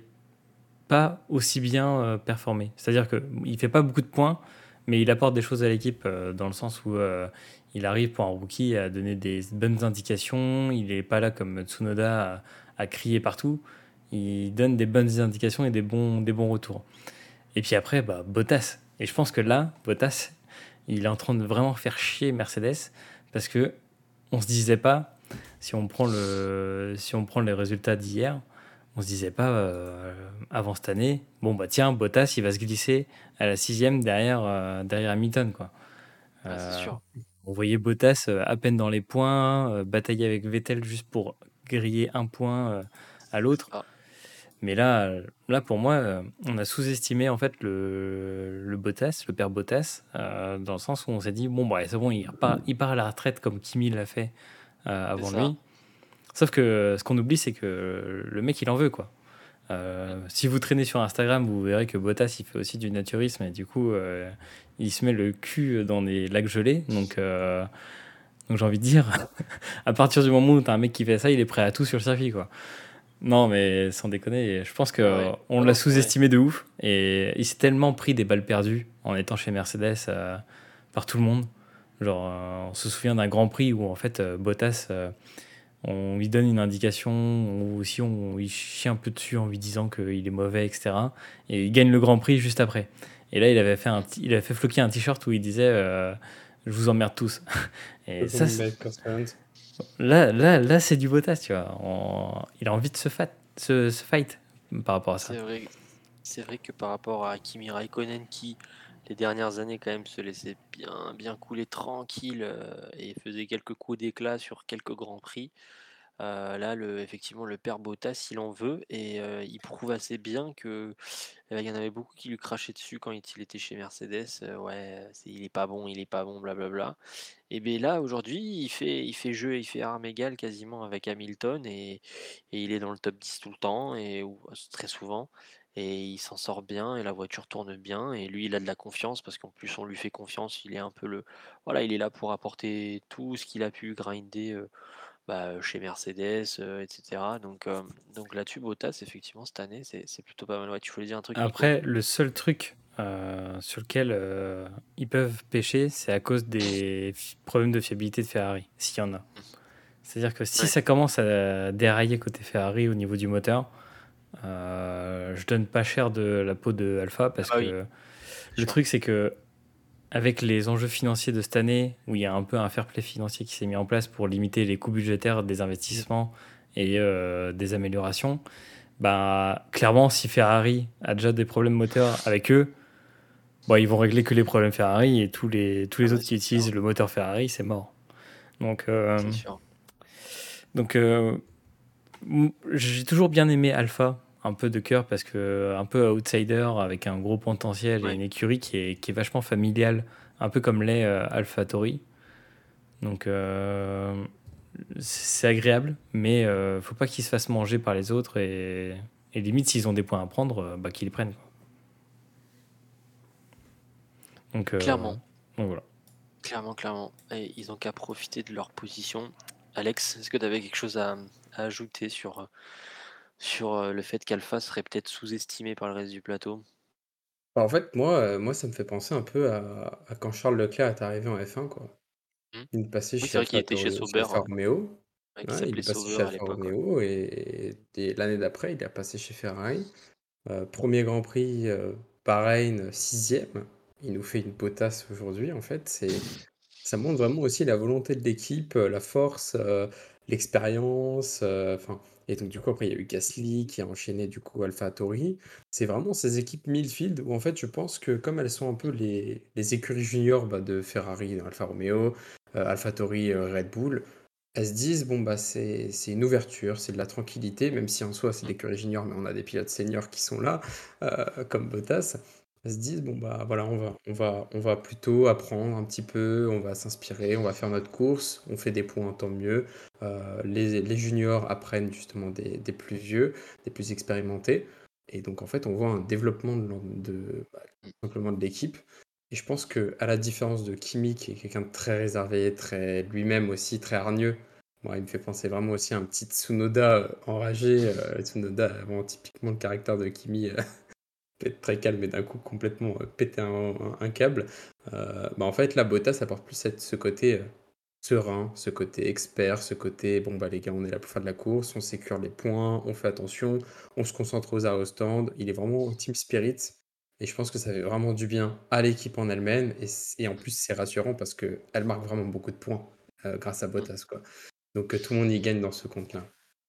pas aussi bien euh, performer. C'est-à-dire qu'il fait pas beaucoup de points, mais il apporte des choses à l'équipe euh, dans le sens où euh, il arrive pour un rookie à donner des bonnes indications. Il n'est pas là comme Tsunoda à, à crier partout. Il donne des bonnes indications et des bons, des bons retours. Et puis après, bah, Bottas. Et je pense que là, Bottas, il est en train de vraiment faire chier Mercedes parce que on se disait pas, si on prend, le, si on prend les résultats d'hier, on se disait pas euh, avant cette année, bon bah tiens, Bottas il va se glisser à la sixième derrière, euh, derrière Hamilton quoi. Ah, c'est Euh, sûr. on voyait Bottas euh, à peine dans les points, euh, batailler avec Vettel juste pour griller un point euh, à C'est l'autre. ça. Mais là, euh, là pour moi, euh, on a sous-estimé en fait le, le Bottas, le père Bottas, euh, dans le sens où on s'est dit bon bah c'est bon, il part, il part à la retraite comme Kimi l'a fait euh, C'est avant ça. lui. Sauf que ce qu'on oublie, c'est que le mec il en veut quoi. Ouais. Euh, si vous traînez sur Instagram, vous verrez que Bottas il fait aussi du naturisme et du coup euh, il se met le cul dans des lacs gelés. Donc, euh, donc j'ai envie de dire, à partir du moment où t'as un mec qui fait ça, il est prêt à tout sur le circuit quoi. Non mais sans déconner, je pense Ah que ouais. on Non, l'a non, c'est vrai. sous-estimé de ouf et il s'est tellement pris des balles perdues en étant chez Mercedes euh, par tout le monde. Genre, euh, on se souvient d'un Grand Prix où en fait euh, Bottas euh, on lui donne une indication, ou aussi on lui chie un peu dessus en lui disant qu'il est mauvais, et cetera. Et il gagne le Grand Prix juste après. Et là, il avait fait, un Mm. t- il avait fait floquer un t-shirt où il disait euh, je vous emmerde tous. Et ça, Performing c'est- by Constraint. là, là, là c'est du Bottas, tu vois. On- il a envie de se, fat, se, se fight par rapport à ça. C'est vrai. C'est vrai que par rapport à Kimi Raikkonen qui les dernières années quand même se laissait bien bien couler tranquille, heu et faisait quelques coups d'éclat sur quelques grands prix. Heu, là, le effectivement, le père Bottas, il en veut et heu, il prouve assez bien que, heu, il y en avait beaucoup qui lui crachaient dessus quand il était chez Mercedes, heu, ouais, c'est il est pas bon, il est pas bon, blablabla. Et beh, là, aujourd'hui, il fait il fait jeu il fait armes égales quasiment avec Hamilton et et il est dans le top dix tout le temps et ou très souvent et il s'en sort bien et la voiture tourne bien et lui, il a de la confiance parce qu'en plus on lui fait confiance. Il est un peu le voilà, il est là pour apporter tout ce qu'il a pu grinder, heu, bah, chez Mercedes, heu et cetera donc hem, donc là-dessus, Bottas, effectivement, cette année, c'est c'est plutôt pas mal. Ouais, tu voulais dire un truc, Nico? Après, le seul truc euh, sur lequel euh, ils peuvent pêcher, c'est à cause des fi- problèmes de fiabilité de Ferrari, s'il y en a. Mmh. C'est-à-dire que si Ouais, ça commence à dérailler côté Ferrari au niveau du moteur, euh, je donne pas cher de la peau de Alpha ah parce bah, oui, que c'est le sûr. truc, c'est que avec les enjeux financiers de cette année, où il y a un peu un fair play financier qui s'est mis en place pour limiter les coûts budgétaires des investissements et euh, des améliorations, bah, clairement, si Ferrari a déjà des problèmes moteurs avec eux, bon, ils vont régler que les problèmes Ferrari et tous les, tous Ah les bah, autres qui c'est sûr, utilisent le moteur Ferrari, c'est mort. Donc, euh, c'est sûr. donc euh, j'ai toujours bien aimé Alpha, un peu de cœur, parce que un peu outsider, avec un gros potentiel et Ouais. une écurie qui est, qui est vachement familiale, un peu comme l'est euh, AlphaTauri. Donc, euh, c'est agréable, mais euh, faut pas qu'ils se fassent manger par les autres et, et limite, s'ils ont des points à prendre, euh, bah, qu'ils les prennent, quoi. Donc, euh, Clairement. donc voilà. Clairement, clairement et ils ont qu'à profiter de leur position. Alex, est-ce que tu avais quelque chose à, à ajouter sur, heu, sur, heu, le fait qu'Alpha serait peut-être sous-estimé par le reste du plateau? Bah, en fait, moi, heu, moi, ça me fait penser un peu à à quand Charles Leclerc est arrivé en F un, quoi. Mmh. Il est passé Oui, chez c'est vrai qu'il était chez AlphaTauri chez Sauber, Alfa hein, Romeo. ouais, qui Ouais, il s'appelait est passé chez Sauber à Alfa l'époque, ouais. Romeo et et l'année d'après, il est passé chez Ferrari. Heu, un Grand Prix, heu, Bahreïn, sixième. Il nous fait une potasse aujourd'hui, en fait. C'est Ça montre vraiment aussi la volonté de l'équipe, heu, la force, heu, l'expérience, heu, enfin et donc du coup, après, il y a eu Gasly qui a enchaîné, du coup, AlphaTauri. C'est vraiment ces équipes Millfield où, en fait, je pense que comme elles sont un peu les les écuries juniors, bah, de Ferrari, Alfa Romeo, heu, AlphaTauri, heu, Red Bull, elles se disent: «Bon, bah, c'est c'est une ouverture, c'est de la tranquillité», même si en soi, c'est Mmh. l'écurie junior, mais on a des pilotes seniors qui sont là, heu, comme Bottas. Elles se disent: «Bon, bah, voilà, on va on va on va plutôt apprendre un petit peu, on va s'inspirer, on va faire notre course, on fait des points, tant mieux». Heu, les les juniors apprennent justement des des plus vieux, des plus expérimentés et donc en fait, on voit un développement de l'en de, bah, Mmh. simplement de l'équipe et je pense que à la différence de Kimi qui est quelqu'un de très réservé, très lui-même aussi très hargneux, moi, il me fait penser vraiment aussi à un petit Tsunoda, heu, enragé, heu, Tsunoda a vraiment typiquement le caractère de Kimi, heu peut être très calme et d'un coup complètement, heu, péter un un un câble. Heu, bah, en fait, là, Bottas apporte plus cette ce côté, heu, serein, ce côté expert, ce côté: «Bon, bah, les gars, on est là pour faire de la course, on sécure les points, on fait attention, on se concentre aux arrêts au stand». Il est vraiment team spirit et je pense que ça fait vraiment du bien à l'équipe en elle-même et c et en plus, c'est rassurant parce qu'elle marque vraiment beaucoup de points, heu, grâce à Mmh. Bottas, quoi. Donc, heu, tout le monde y gagne dans ce compte-là.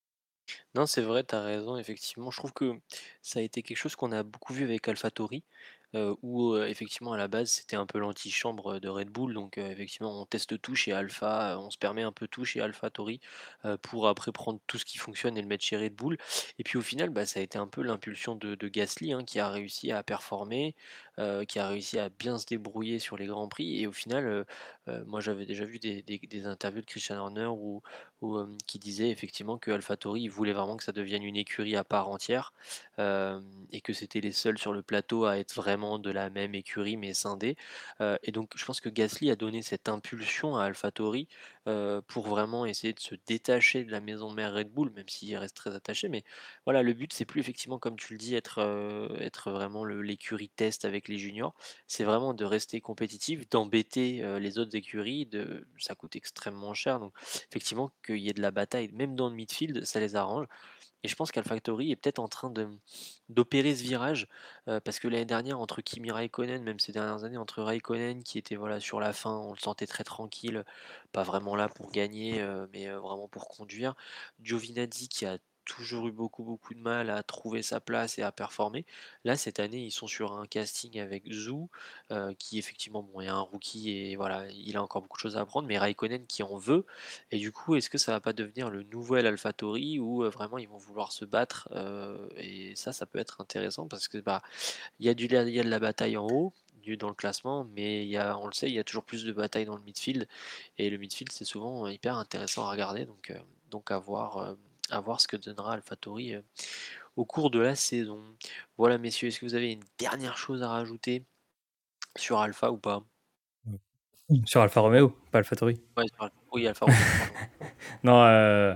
Non, c'est vrai, tu as raison, effectivement. Je trouve que ça a été quelque chose qu'on a beaucoup vu avec AlphaTauri, heu, où, heu, effectivement, à la base, c'était un peu l'antichambre, de Red Bull. Donc, heu, effectivement, on teste tout chez Alpha, heu, on se permet un peu tout chez AlphaTauri, heu, pour après prendre tout ce qui fonctionne et le mettre chez Red Bull. Et puis, au final, bah, ça a été un peu l'impulsion de de Gasly, hein, qui a réussi à performer, heu, qui a réussi à bien se débrouiller sur les grands prix. Et au final, heu heu, moi, j'avais déjà vu des des des interviews de Christian Horner où où, hem, qui disait effectivement que AlphaTauri, il voulait vraiment que ça devienne une écurie à part entière, hem et que c'était les seuls sur le plateau à être vraiment de la même écurie mais scindés, heu et donc je pense que Gasly a donné cette impulsion à AlphaTauri, heu, pour vraiment essayer de se détacher de la maison mère Red Bull, même s'il reste très attaché. Mais voilà, le but, c'est plus effectivement, comme tu le dis, être, heu, être vraiment le l'écurie test avec les juniors. C'est vraiment de rester compétitif, d'embêter, heu, les autres écuries, de ça coûte extrêmement cher. Donc effectivement, qu'il y ait de la bataille, même dans le midfield, ça les arrange. Et je pense qu'AlphaTauri est peut-être en train de d'opérer ce virage, heu, parce que l'année dernière, entre Kimi Raikkonen, même ces dernières années, entre Raikkonen qui était, voilà, sur la fin, on le sentait très tranquille, pas vraiment là pour gagner, heu, mais heu, vraiment pour conduire. Giovinazzi qui a toujours eu beaucoup, beaucoup de mal à trouver sa place et à performer. Là, cette année, ils sont sur un casting avec Zhou, heu, qui effectivement, bon, est un rookie et voilà, il a encore beaucoup de choses à apprendre, mais Raikkonen qui en veut et du coup, est-ce que ça va pas devenir le nouvel AlphaTauri où, heu, vraiment ils vont vouloir se battre? Heu et ça, ça peut être intéressant parce que, bah, il y a du il y a de la bataille en haut, du dans le classement, mais il y a on le sait, il y a toujours plus de batailles dans le midfield et le midfield, c'est souvent hyper intéressant à regarder donc heu, donc à voir, heu, à voir ce que donnera AlphaTauri, heu, au cours de la saison. Voilà messieurs, est-ce que vous avez une dernière chose à rajouter sur Alpha ou pas? Mmh. Sur Alfa Romeo, pas AlphaTauri. Ouais, sur Alpha oui, Alfa Romeo, pardon. Non, heu,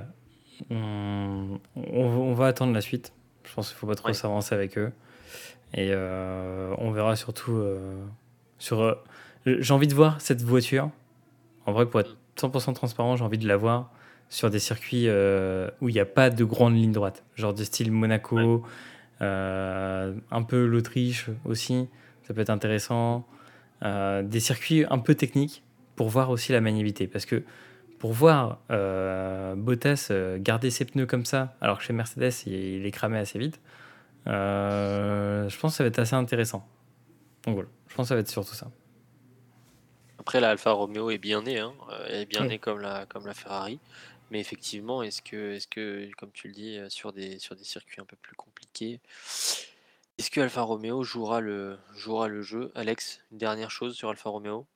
on on on va attendre la suite. Je pense qu'il faut pas trop Ouais. s'avancer avec eux et heu, on verra surtout, heu, sur, heu, j'ai envie de voir cette voiture. En vrai, pour être Mmh. cent pour cent transparent, j'ai envie de la voir sur des circuits, heu, où il y a pas de grandes lignes droites, genre de style Ouais. Monaco, heu, un peu l'Autriche aussi, ça peut être Mmh. intéressant. Heu, des circuits un peu techniques pour voir aussi la maniabilité. Parce que pour voir, heu, Bottas, heu, garder ses pneus comme ça, alors que chez Mercedes, il il les cramait assez vite, heu, je pense que ça va être assez intéressant. Donc voilà, je pense que ça va être surtout ça. Après la Alfa Romeo est bien née, hein, heu, elle est bien Oui. née comme la comme la Ferrari. Mais effectivement, est-ce que est-ce que, comme tu le dis, heu, sur des sur des circuits un peu plus compliqués, est-ce que Alfa Romeo jouera le jouera le jeu? Alex, une dernière chose sur Alfa Romeo?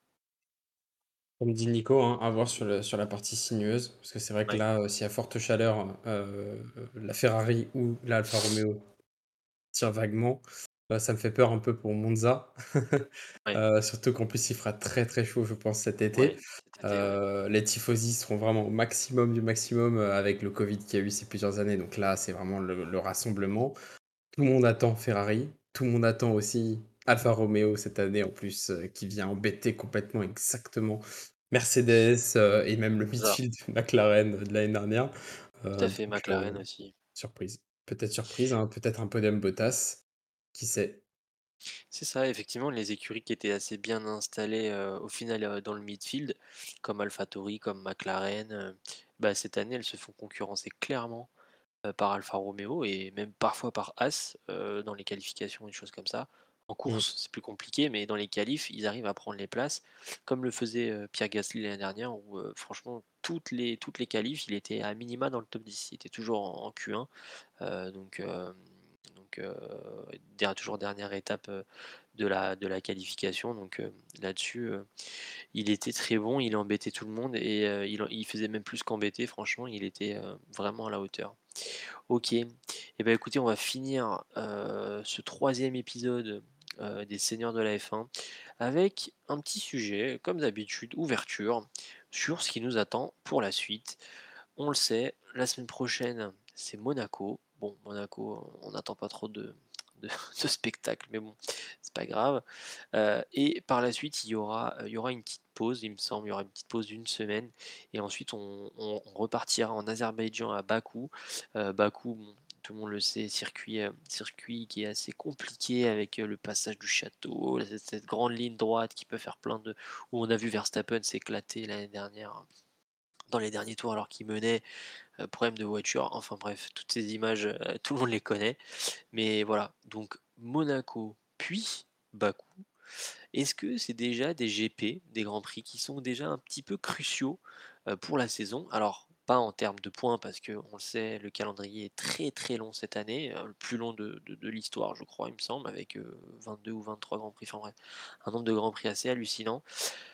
Comme dit Nico, hein, à voir sur le sur la partie sinueuse, parce que c'est vrai que Ouais, là, heu, s'il y a forte chaleur, heu, la Ferrari ou la Alfa Romeo tire vaguement. Heu, ça me fait peur un peu pour Monza. ouais, Heu, surtout qu'en plus il fera très, très chaud, je pense, cet été. ouais, cet été, ouais. Heu, les tifosi seront vraiment au maximum du maximum, heu, avec le Covid qu'il y a eu ces plusieurs années. Donc là, c'est vraiment le le rassemblement. Tout le monde attend Ferrari, tout le monde attend aussi Alfa Romeo cette année en plus, heu, qui vient embêter complètement exactement Mercedes, heu, et même le C'est ça, midfield de McLaren, heu, de l'année dernière. tout à Heu, fait, donc McLaren heu, aussi. surprise. Peut-être surprise, hein, peut-être un podium Bottas, qui sait? C'est ça, effectivement, les écuries qui étaient assez bien installées, heu, au final, heu, dans le midfield, comme AlphaTauri, comme McLaren, heu, bah, cette année, elles se font concurrencer clairement heu, par Alfa Romeo et même parfois par As, heu, dans les qualifications et des choses comme ça. En Mmh. course, c'est plus compliqué, mais dans les qualifs, ils arrivent à prendre les places, comme le faisait, heu, Pierre Gasly l'année dernière où, heu, franchement toutes les toutes les qualifs, il était à minima dans le top dix. Il était toujours en en Q un, heu, donc hem, donc heu, der toujours dernière étape, heu, de la de la qualification, donc heu, là-dessus, heu, il était très bon, il embêtait tout le monde et heu, il en il faisait même plus qu'embêter, franchement, il était, heu, vraiment à la hauteur. OK. Et ben écoutez, on va finir, heu, ce troisième épisode, heu, des Seigneurs de la F un avec un petit sujet, comme d'habitude, ouverture, sur ce qui nous attend pour la suite. On le sait, la semaine prochaine, c'est Monaco. Bon, Monaco, on n'attend pas trop de de de spectacle, mais bon, c'est pas grave. Heu et par la suite, il y aura, il y aura une petite pause, il me semble, il y aura une petite pause d'une semaine et ensuite on on on repartira en Azerbaïdjan à Bakou. Heu, Bakou, bon, tout le monde le sait, circuit, heu, circuit qui est assez compliqué avec, heu, le passage du château, cette cette grande ligne droite qui peut faire plein de où on a vu Verstappen s'éclater l'année dernière dans les derniers tours alors qu'il menait, heu, problème de voiture, enfin bref, toutes ces images, heu, tout le monde les connaît. Mais voilà, donc Monaco, puis Bakou. Est-ce que c'est déjà des G P, des grands prix qui sont déjà un petit peu cruciaux, heu, pour la saison? Alors, pas en termes de points parce qu'on le sait, le calendrier est très, très long cette année, heu, le plus long de de de l'histoire, je crois, il me semble, avec, heu, vingt-deux ou vingt-trois grands prix, enfin bref, un nombre de grands prix assez hallucinant.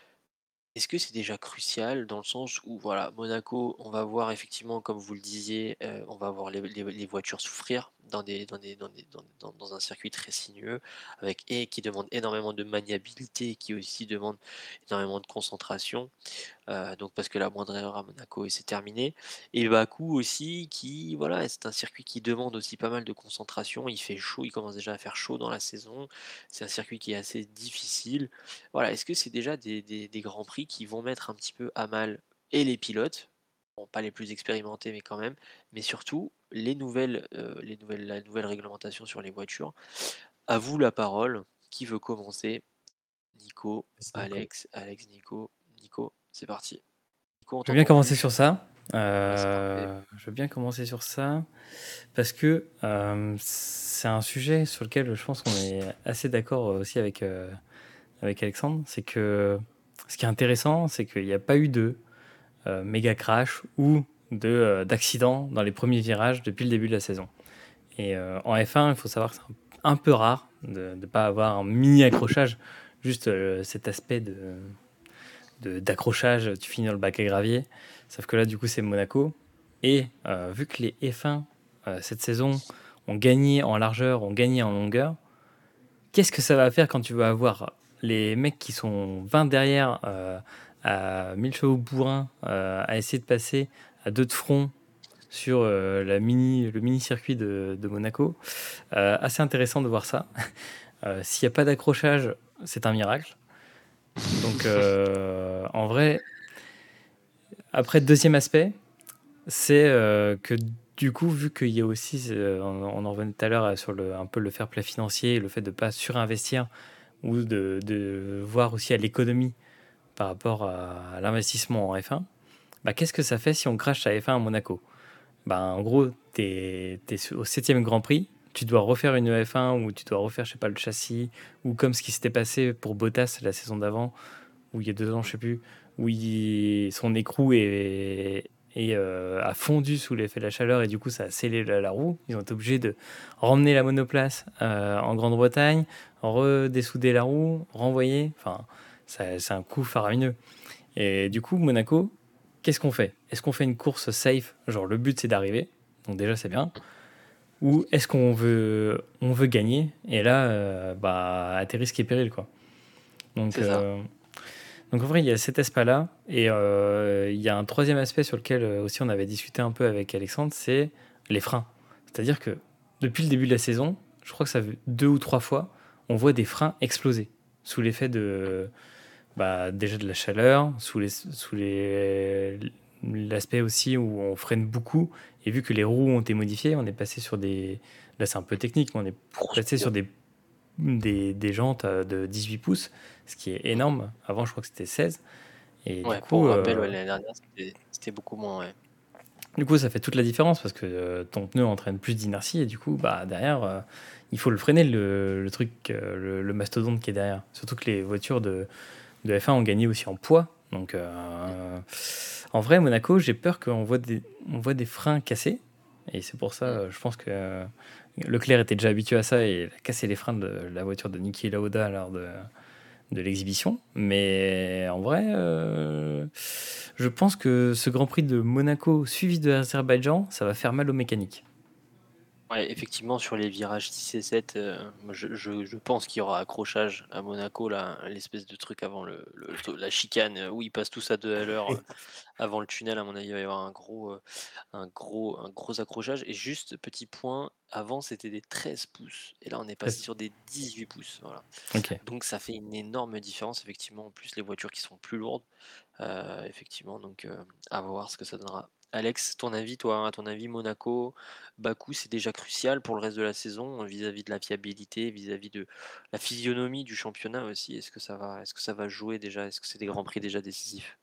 Est-ce que c'est déjà crucial dans le sens où voilà, Monaco, on va voir effectivement comme vous le disiez, heu, on va voir les les les voitures souffrir dans des dans des dans des dans dans dans un circuit très sinueux avec et qui demande énormément de maniabilité, qui aussi demande énormément de concentration. Heu, donc parce que la moindre erreur à Monaco et c'est terminé et Bakou aussi qui voilà, c'est un circuit qui demande aussi pas mal de concentration. Il fait chaud, il commence déjà à faire chaud dans la saison. C'est un circuit qui est assez difficile. Voilà, est-ce que c'est déjà des des des grands prix qui vont mettre un petit peu à mal et les pilotes, bon pas les plus expérimentés mais quand même, mais surtout les nouvelles, heu, les nouvelles la nouvelle réglementation sur les voitures? À vous la parole, qui veut commencer? Nico, Merci Nico. Alex, Alex, Nico. Nico, c'est parti. Nico, on Je veux bien t'entend commencer plus. sur ça. Ouais, c'est parfait. Euh, je veux bien commencer sur ça parce que euh, c'est un sujet sur lequel je pense qu'on est assez d'accord aussi avec, euh, avec Alexandre. C'est que ce qui est intéressant, c'est qu'il n'y a pas eu de euh, méga crash ou de, euh, d'accident dans les premiers virages depuis le début de la saison. Et euh, en F un, il faut savoir que c'est un, un peu rare de ne pas avoir un mini accrochage, juste euh, cet aspect de, de- d'accrochage, tu finis dans le bac à gravier. Sauf que là, du coup, c'est Monaco. Et euh, vu que les F un, euh, cette saison, ont gagné en largeur, ont gagné en longueur, qu'est-ce que ça va faire quand tu vas avoir les mecs qui sont vingt derrière euh, à mille chevaux bourrin euh, à essayer de passer à deux de front sur euh, la mini, le mini-circuit de, de Monaco. Euh, assez intéressant de voir ça. Euh, s'il n'y a pas d'accrochage, c'est un miracle. Donc euh, en vrai, après, deuxième aspect, c'est euh, que du coup, vu qu'il y a aussi, euh, on, on en revenait tout à l'heure euh, sur le, un peu le fair play financier, le fait de ne pas surinvestir ou de, de voir aussi à l'économie par rapport à, à l'investissement en F un, bah, qu'est-ce que ça fait si on crache à F un à Monaco? Bah, en gros, tu es au septième Grand Prix, tu dois refaire une F un ou tu dois refaire, je sais pas, le châssis, ou comme ce qui s'était passé pour Bottas la saison d'avant, ou il y a deux ans, je sais plus, où il, son écrou est, est, euh, a fondu sous l'effet de la chaleur et du coup ça a scellé la, la roue. Ils ont été obligés de ramener la monoplace euh, en Grande-Bretagne, redessouder la roue, renvoyer. Enfin, ça- c'est un coup faramineux. Et du coup, Monaco, qu'est-ce qu'on fait? Est-ce qu'on fait une course safe? Genre le but c'est d'arriver, donc déjà c'est bien. Ou est-ce qu'on veut, on veut gagner? Et là, euh, bah, à tes risques et périls, quoi. Donc, C'est ça. euh, donc en vrai, il y a cet aspect-là. Et euh, il y a un troisième aspect sur lequel euh, aussi on avait discuté un peu avec Alexandre, c'est les freins. C'est-à-dire que depuis le début de la saison, je crois que ça fait deux ou trois fois, on voit des freins exploser sous l'effet de bah, déjà de la chaleur, sous les, sous les, l'aspect aussi où on freine beaucoup. Et vu que les roues ont été modifiées, on est passé sur des... Là, c'est un peu technique, mais on est Grosse passé sur roue. des, des, des jantes euh, de dix-huit pouces, ce qui est énorme. Avant, je crois que c'était seize. Et du Ouais, pour coup, rappel, ouais, euh, l'année dernière, c'était c'était beaucoup moins, ouais. du coup, ça fait toute la différence parce que euh, ton pneu entraîne plus d'inertie et du coup, bah, derrière, euh, il faut le freiner, le, le truc, euh, le, le mastodonte qui est derrière. Surtout que les voitures de, de F un ont gagné aussi en poids. Donc, euh, en vrai, Monaco, j'ai peur qu'on voit des, on voit des freins cassés. Et c'est pour ça, Mm. euh, je pense que euh, Leclerc était déjà habitué à ça et il a cassé les freins de la voiture de Niki Lauda lors de, de l'exhibition. Mais en vrai, euh, je pense que ce Grand Prix de Monaco suivi de l'Azerbaïdjan, ça va faire mal aux mécaniques. Ouais, effectivement, sur les virages six et sept, euh, moi, je, je- je pense qu'il y aura accrochage à Monaco, là, l'espèce de truc avant le, le- la chicane euh, où ils passent tous à deux à l'heure euh, avant le tunnel. À mon avis, il va y avoir un gros, euh, un gros, un gros accrochage. Et juste, petit point, avant c'était des treize pouces et là on est passé sur des dix-huit pouces. Voilà. Ok. Donc ça fait une énorme différence, effectivement. En plus, les voitures qui sont plus lourdes, euh, effectivement. Donc euh, à voir ce que ça donnera. Alex, ton avis, toi, à ton avis, Monaco, Bakou, c'est déjà crucial pour le reste de la saison euh, vis-à-vis de la fiabilité, vis-à-vis de la physionomie du championnat aussi. Est-ce que ça va, est-ce que ça va jouer déjà? Est-ce que c'est des grands prix déjà décisifs?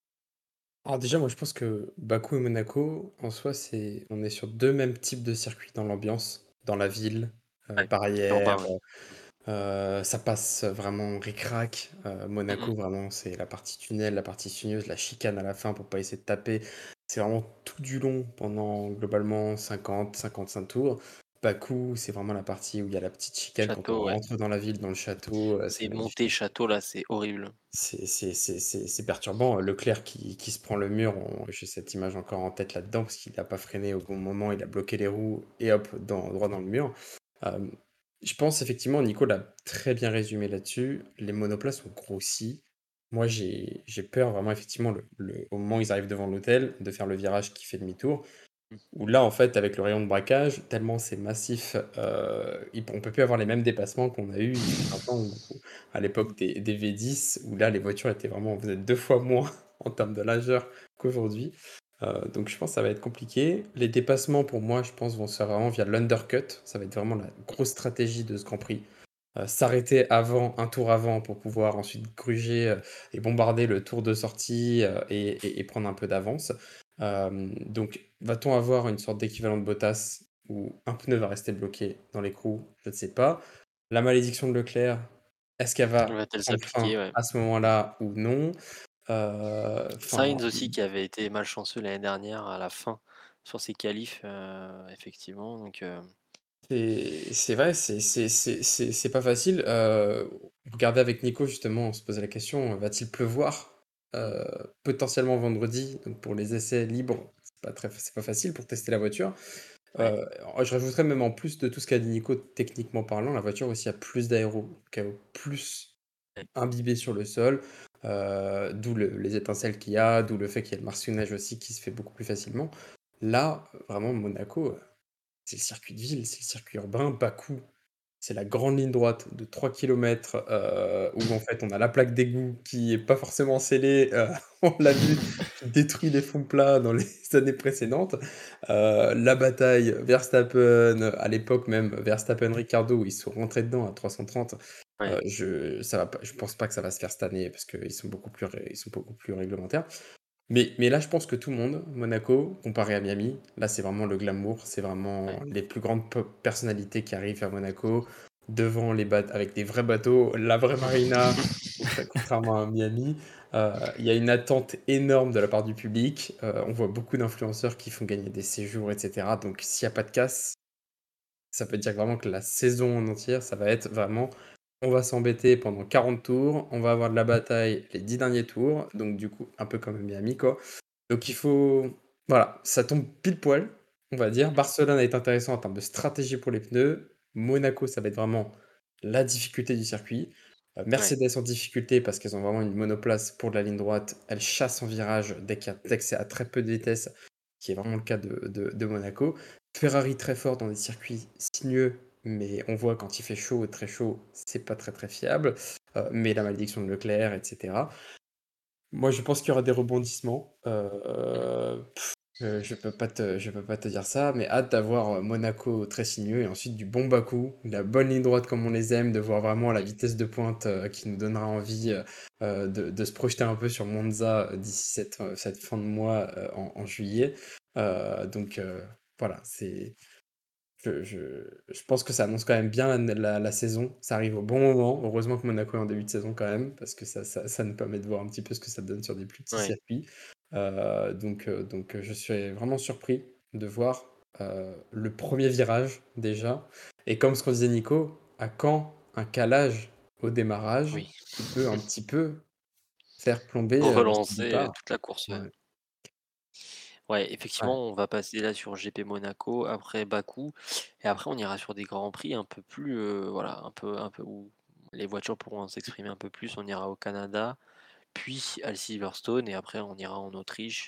Alors déjà, moi je pense que Bakou et Monaco, en soi, c'est on est sur deux mêmes types de circuits dans l'ambiance, dans la ville, euh, Ouais, urbain, barrière, ouais. euh, ça passe vraiment ric-rac. Euh, Mm, mm. Monaco, vraiment, c'est la partie tunnel, la partie sinueuse, la chicane à la fin pour pas essayer de taper. C'est vraiment tout du long pendant globalement cinquante, cinquante-cinq tours. Bakou, c'est vraiment la partie où il y a la petite chicane quand on Château, ouais. rentre dans la ville, dans le château, euh, c'est Les montées magnifique. château, là, c'est horrible. C'est c'est- c'est- c'est- c'est perturbant. Leclerc qui, qui se prend le mur, on- j'ai cette image encore en tête là-dedans parce qu'il n'a pas freiné au bon moment, il a bloqué les roues et hop, dans, droit dans le mur. Euh, je pense effectivement, Nico l'a très bien résumé là-dessus. Les monoplaces ont grossi. Moi, j'ai j'ai peur vraiment, effectivement, le, le- au moment où ils arrivent devant l'hôtel, de faire le virage qui fait demi-tour. Mm. Où là, en fait, avec le rayon de braquage, tellement c'est massif, euh, il- on peut plus avoir les mêmes dépassements qu'on a eu il fut un temps où- à l'époque des, des V dix, où là, les voitures étaient vraiment, vous êtes deux fois moins en termes de largeur qu'aujourd'hui. Euh, donc je pense que ça va être compliqué. Les dépassements, pour moi, je pense, vont se faire vraiment via l'undercut. Ça va être vraiment la grosse stratégie de ce Grand Prix. Euh, s'arrêter avant, un tour avant, pour pouvoir ensuite gruger euh, et bombarder le tour de sortie euh, et, et- et prendre un peu d'avance. Euh, donc, va-t-on avoir une sorte d'équivalent de Bottas où un pneu va rester bloqué dans l'écrou? Je ne sais pas. La malédiction de Leclerc, est-ce qu'elle va Va-t-elle prendre fin s'appliquer? Ouais. à ce moment-là ou non? Euh, Enfin, Sainz aussi qui avait été malchanceux l'année dernière à la fin sur ses qualifs, heu, effectivement donc heu, c'est c'est vrai, c'est c'est c'est c'est c'est pas facile. Euh, on regardait avec Nico justement, on se posait la question, va-t-il pleuvoir euh, potentiellement vendredi, donc pour les essais libres? C'est pas très, c'est pas facile pour tester la voiture. ouais, Euh, je rajouterais même en plus de tout ce qu'a dit Nico, techniquement parlant, la voiture aussi a plus d'aéro, donc elle est plus ouais, imbibée sur le sol, euh, d'où le- les étincelles qu'il y a, d'où le fait qu'il y a le marcionnage aussi qui se fait beaucoup plus facilement. Là, vraiment, Monaco, c'est le circuit de ville, c'est le circuit urbain. Bakou, c'est la grande ligne droite de trois kilomètres où en fait on a la plaque d'égout qui est pas forcément scellée. Euh, on l'a vu, qui détruit les fonds plats dans les années précédentes. Euh, la bataille Verstappen, à l'époque même Verstappen-Ricardo, où ils sont rentrés dedans à trois cent trente. ouais, Euh, je, ça va pas, je pense pas que ça va se faire cette année parce qu'ils sont beaucoup plus, ré- ils sont beaucoup plus réglementaires. Mais, mais là, je pense que tout le monde, Monaco, comparé à Miami, là, c'est vraiment le glamour, c'est vraiment ouais. les plus grandes pe- personnalités qui arrivent à Monaco, devant les bateaux, avec des vrais bateaux, la vraie marina, contra- contrairement à Miami. Euh, Il y a une attente énorme de la part du public. Euh, on voit beaucoup d'influenceurs qui font gagner des séjours, et cetera. Donc, s'il n'y a pas de casse, ça veut dire vraiment que la saison en entière, ça va être vraiment, on va s'embêter pendant quarante tours, on va avoir de la bataille les dix derniers tours, donc du coup, un peu comme à Miami, quoi. Donc il faut... Voilà, ça tombe pile poil, on va dire. Mmh. Barcelone est intéressant en termes de stratégie pour les pneus. Monaco, ça va être vraiment la difficulté du circuit. Euh, Ouais, Mercedes en difficulté parce qu'elles ont vraiment une monoplace pour de la ligne droite. Elles chassent en virage dès, qu'il y a- dès que c'est à très peu de vitesse, qui est vraiment le cas de, de- de Monaco. Ferrari très fort dans des circuits sinueux, mais on voit quand il fait chaud, très chaud, c'est pas très très fiable. Euh, mais la malédiction de Leclerc, et cetera. Moi, je pense qu'il y aura des rebondissements. mmh, Euh, pff, euh, je peux pas te, je peux pas te dire ça, mais hâte d'avoir euh, Monaco très sinueux et ensuite du bon Bakou, de la bonne ligne droite comme on les aime, de voir vraiment la mmh, vitesse de pointe euh, qui nous donnera envie euh, euh, de, de se projeter un peu sur Monza euh, d'ici cette, euh, cette fin de mois euh, en, en juillet. Euh, donc euh, voilà, c'est je, je- je pense que ça annonce quand même bien la, la- la saison. Ça arrive au bon moment. Heureusement que Monaco est en début de saison quand même, parce que ça, ça, ça nous permet de voir un petit peu ce que ça donne sur des plus petits ouais. circuits. Euh, donc, euh, donc euh, je suis vraiment surpris de voir euh, le premier virage déjà. Et comme ce qu'on disait Nico, à quand un calage au démarrage Oui. qui peut un petit peu faire plomber euh, ce Relancer, heu, départ. toute la course, ouais. Ouais. Ouais, Ouais. effectivement, on va passer là sur G P Monaco, après Bakou et après on ira sur des grands prix un peu plus, heu, voilà, un peu un peu où les voitures pourront s'exprimer un peu plus. On ira au Canada, puis à Silverstone et après on ira en Autriche.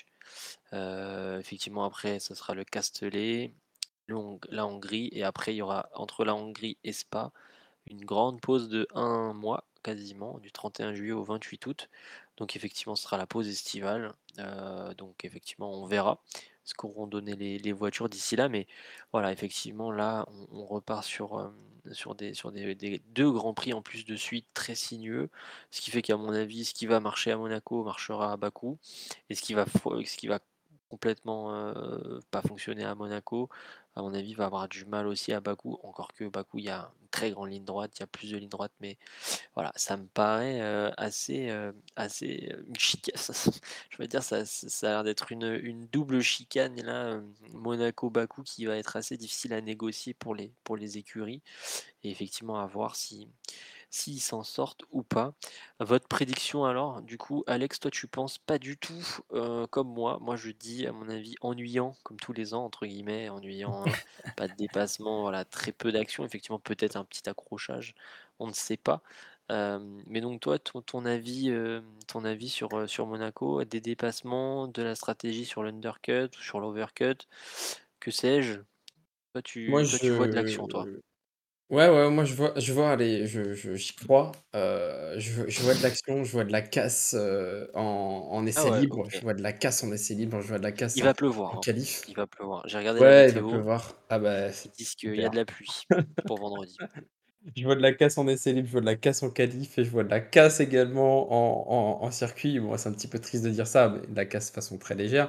Heu, effectivement après ça sera le Castellet, le Hong la Hongrie et après il y aura entre la Hongrie et Spa, une grande pause de un mois quasiment, du trente et un juillet au vingt-huit août. Donc effectivement, ce sera la pause estivale. Heu, donc effectivement, on verra ce qu'auront donné les les voitures d'ici là. Mais voilà, effectivement, là, on on repart sur, hem, sur des sur des des deux grands prix en plus de suite très sinueux. Ce qui fait qu'à mon avis, ce qui va marcher à Monaco marchera à Bakou et ce qui va fo ce qui va complètement, heu, pas fonctionner à Monaco, à mon avis, va avoir du mal aussi à Bakou. Encore que Bakou, il y a une très grande ligne droite, il y a plus de lignes droites, mais voilà, ça me paraît, heu, assez, heu, assez, heu, une chica je veux dire, ça ça ça a l'air d'être une, une double chicane là, hem, Monaco-Bakou qui va être assez difficile à négocier pour les pour les écuries et effectivement à voir si s'ils s'en sortent ou pas. Votre prédiction alors, du coup, Alex, toi tu penses pas du tout, heu, comme moi. Moi je dis à mon avis «ennuyant» comme tous les ans entre guillemets, ennuyant, hein. Pas de dépassement, voilà, très peu d'action, effectivement peut-être un petit accrochage, on ne sait pas. Hem, mais donc toi, ton ton avis, hem, ton avis sur, heu, sur Monaco, des dépassements, de la stratégie sur l'undercut ou sur l'overcut, que sais-je? Toi Moi, tu toi tu vois de l'action toi? je, Ouais, ouais, moi je vois, je vois, allez, je, je- j'y crois. Euh, je, je vois de l'action, je vois de la casse euh, en, en Ah essai ouais, libre, je OK. vois de la casse en essai libre, je vois de la casse Il en, va pleuvoir, en hein. qualif. Il va pleuvoir. J'ai regardé la Ouais, il va météo, pleuvoir. Ah bah, c'est ils disent qu'il y a super. de la pluie pour vendredi. Je vois de la casse en essai libre, je vois de la casse en qualif et je vois de la casse également en, en, en circuit. Bon, c'est un petit peu triste de dire ça, mais de la casse de façon très légère. Oui.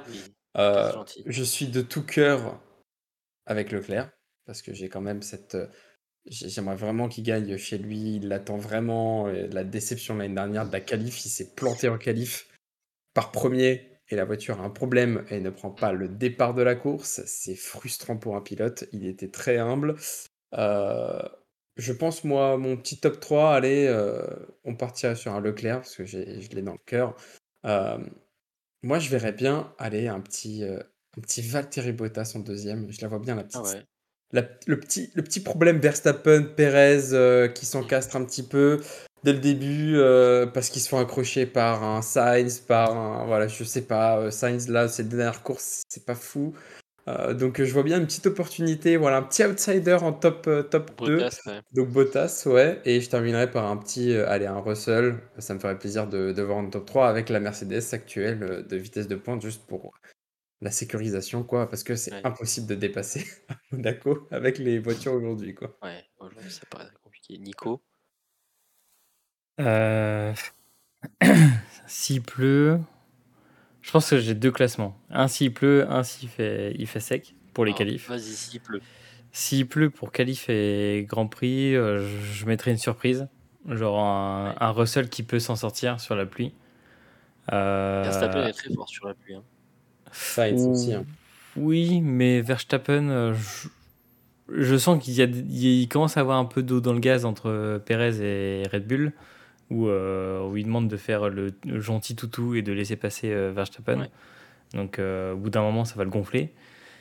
Euh, C'est gentil. je suis de tout cœur avec Leclerc, parce que j'ai quand même cette... euh, j'ai- J'aimerais vraiment qu'il gagne chez lui, il l'attend vraiment. euh, La déception l'année dernière de la qualif, il s'est planté en qualif par premier, et la voiture a un problème et ne prend pas le départ de la course. C'est frustrant pour un pilote, il était très humble. Euh, je pense, moi, mon petit top trois, allez, euh, on partirait sur un Leclerc, parce que j'ai- je l'ai dans le cœur. Euh, Moi, je verrais bien, aller un petit, euh, un petit Valtteri Bottas en deuxième. Je la vois bien, la Ah petite, ouais. la- le petit, le petit problème Verstappen, Perez, euh, qui Mm. s'encastre un petit peu dès le début, euh, parce qu'ils se font accrocher par un Sainz, par un, voilà, je sais pas, euh, Sainz, là, ces dernières courses, c'est pas fou. Euh, donc, euh, je vois bien une petite opportunité, voilà, un petit outsider en top, euh, top deux. Bottas, ouais. Donc, Bottas, ouais. Et je terminerai par un petit, euh, allez, un Russell. Ça me ferait plaisir de, de voir en top trois avec la Mercedes actuelle euh, de vitesse de pointe, juste pour la sécurisation, quoi. Parce que c'est Ouais. impossible de dépasser à Monaco avec les voitures aujourd'hui, quoi. Ouais. Aujourd'hui, ça paraît compliqué. Nico. Euh, S'il pleut, je pense que j'ai deux classements. Un s'il pleut, un s'il fait, il fait sec pour les Alors, qualifs. vas-y, s'il pleut. S'il pleut pour qualif et Grand Prix, euh, je je mettrai une surprise. Genre un, Ouais. un Russell qui peut s'en sortir sur la pluie. Verstappen Euh, est très fort sur la pluie. Hein. Sainz aussi, ou- hein. oui, mais Verstappen, euh, je, je sens qu'il y a, il commence à avoir un peu d'eau dans le gaz entre Perez et Red Bull, où, euh, où il demande de faire le, le gentil toutou et de laisser passer euh, Verstappen. Ouais. Donc euh, au bout d'un moment, ça va le gonfler.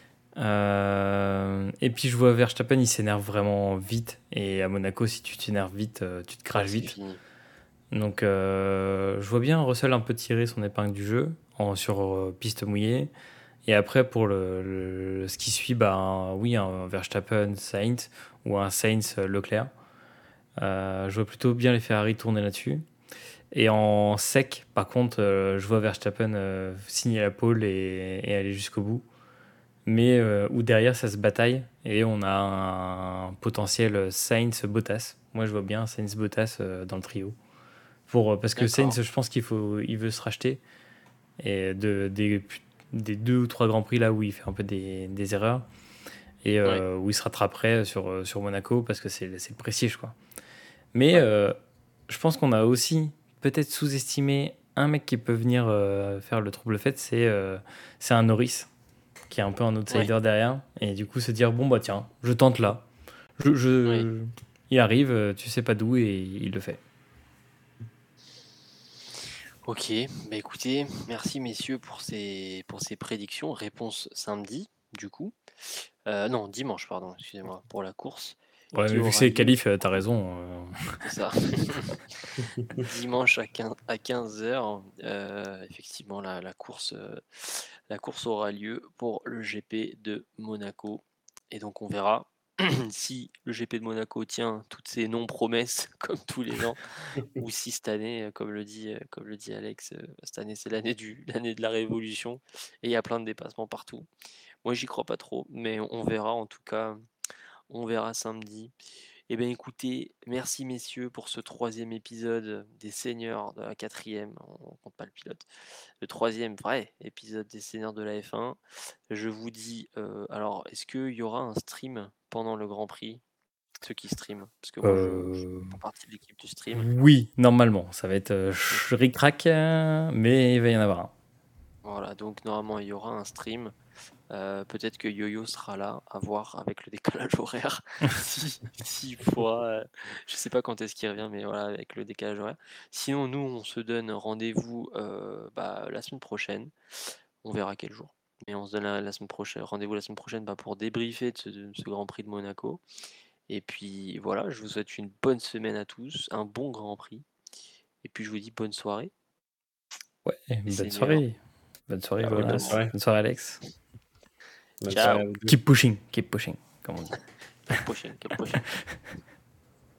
Euh, et puis je vois Verstappen, il s'énerve vraiment vite. Et à Monaco, si tu t'énerves vite, euh, tu te Ouais, craches c'est vite. fini. Donc euh, je vois bien Russell un peu tirer son épingle du jeu en, sur euh, piste mouillée. Et après, pour le, le- ce qui suit, bah, un- oui, un Verstappen Sainz ou un Sainz Leclerc. Euh, je vois plutôt bien les Ferrari tourner là-dessus. Et en sec, par contre, euh, je vois Verstappen euh, signer la pole et, et aller jusqu'au bout. Mais euh, où derrière, ça se bataille et on a un potentiel Sainz-Bottas. Moi, je vois bien Sainz-Bottas euh, dans le trio. Pour, euh, parce que D'accord. Sainz, je pense qu'il faut, il veut se racheter. Et de, des, des deux ou trois grands prix là où il fait un peu des, des erreurs et Ouais. euh, où il se rattraperait sur, euh, sur Monaco parce que c'est c'est le prestige, quoi. Mais Ouais. euh, je pense qu'on a aussi peut-être sous-estimé un mec qui peut venir euh, faire le trouble fait, c'est euh, c'est un Norris qui est un peu un outsider Ouais. derrière et du coup se dire bon bah tiens, je tente là. Je, Ouais. je- il arrive, euh, tu sais pas d'où et il le fait. Ok. Bah écoutez, merci messieurs pour ces pour ces prédictions. Réponse samedi, du coup. Euh, non, dimanche, pardon. Excusez-moi pour la course Ouais, qui mais vu que aura c'est lieu. qualif, euh, t'as raison. euh. C'est ça. Dimanche à quinze à quinze heures, euh, effectivement, la, la course, euh, la course aura lieu pour le G P de Monaco. Et donc, on verra si le G P de Monaco tient toutes ses non-promesses, comme tous les ans, ou si cette année, euh, comme le dit, euh, comme le dit Alex, euh, cette année, c'est l'année du, l'année de la révolution. Et il y a plein de dépassements partout. Moi, j'y crois pas trop, mais on verra en tout cas. On verra samedi. Eh bien écoutez, merci messieurs pour ce troisième épisode des Seigneurs de la quatrième, on compte pas le pilote, le troisième vrai épisode des Seigneurs de la F un. Je vous dis, euh, alors est-ce qu'il y aura un stream pendant le Grand Prix? Ceux qui streament, parce que moi je, je Euh, fais partie de l'équipe du stream. oui, normalement, ça va être euh, Donc ric-rac, euh, mais il va y en avoir un. voilà, donc normalement il y aura un stream. Euh, peut-être que Yo-Yo sera là, à voir avec le décalage horaire. si, s'il pourra, euh, je sais pas quand est-ce qu'il revient, mais voilà, avec le décalage horaire. Sinon, nous, on se donne rendez-vous euh, bah, la semaine prochaine. On verra quel jour. Mais on se donne la, la semaine prochaine, rendez-vous la semaine prochaine bah, pour débriefer de ce, de ce Grand Prix de Monaco. Et puis voilà, je vous souhaite une bonne semaine à tous, un bon Grand Prix. Et puis je vous dis bonne soirée, Ouais, les bonne seigneurs. soirée. Bonne soirée, Allez, bonne Jonas. soirée. Bonne soirée, Alex. Bonne soirée Ciao, à vous deux. Keep pushing, keep pushing, comme on dit. keep pushing, keep pushing.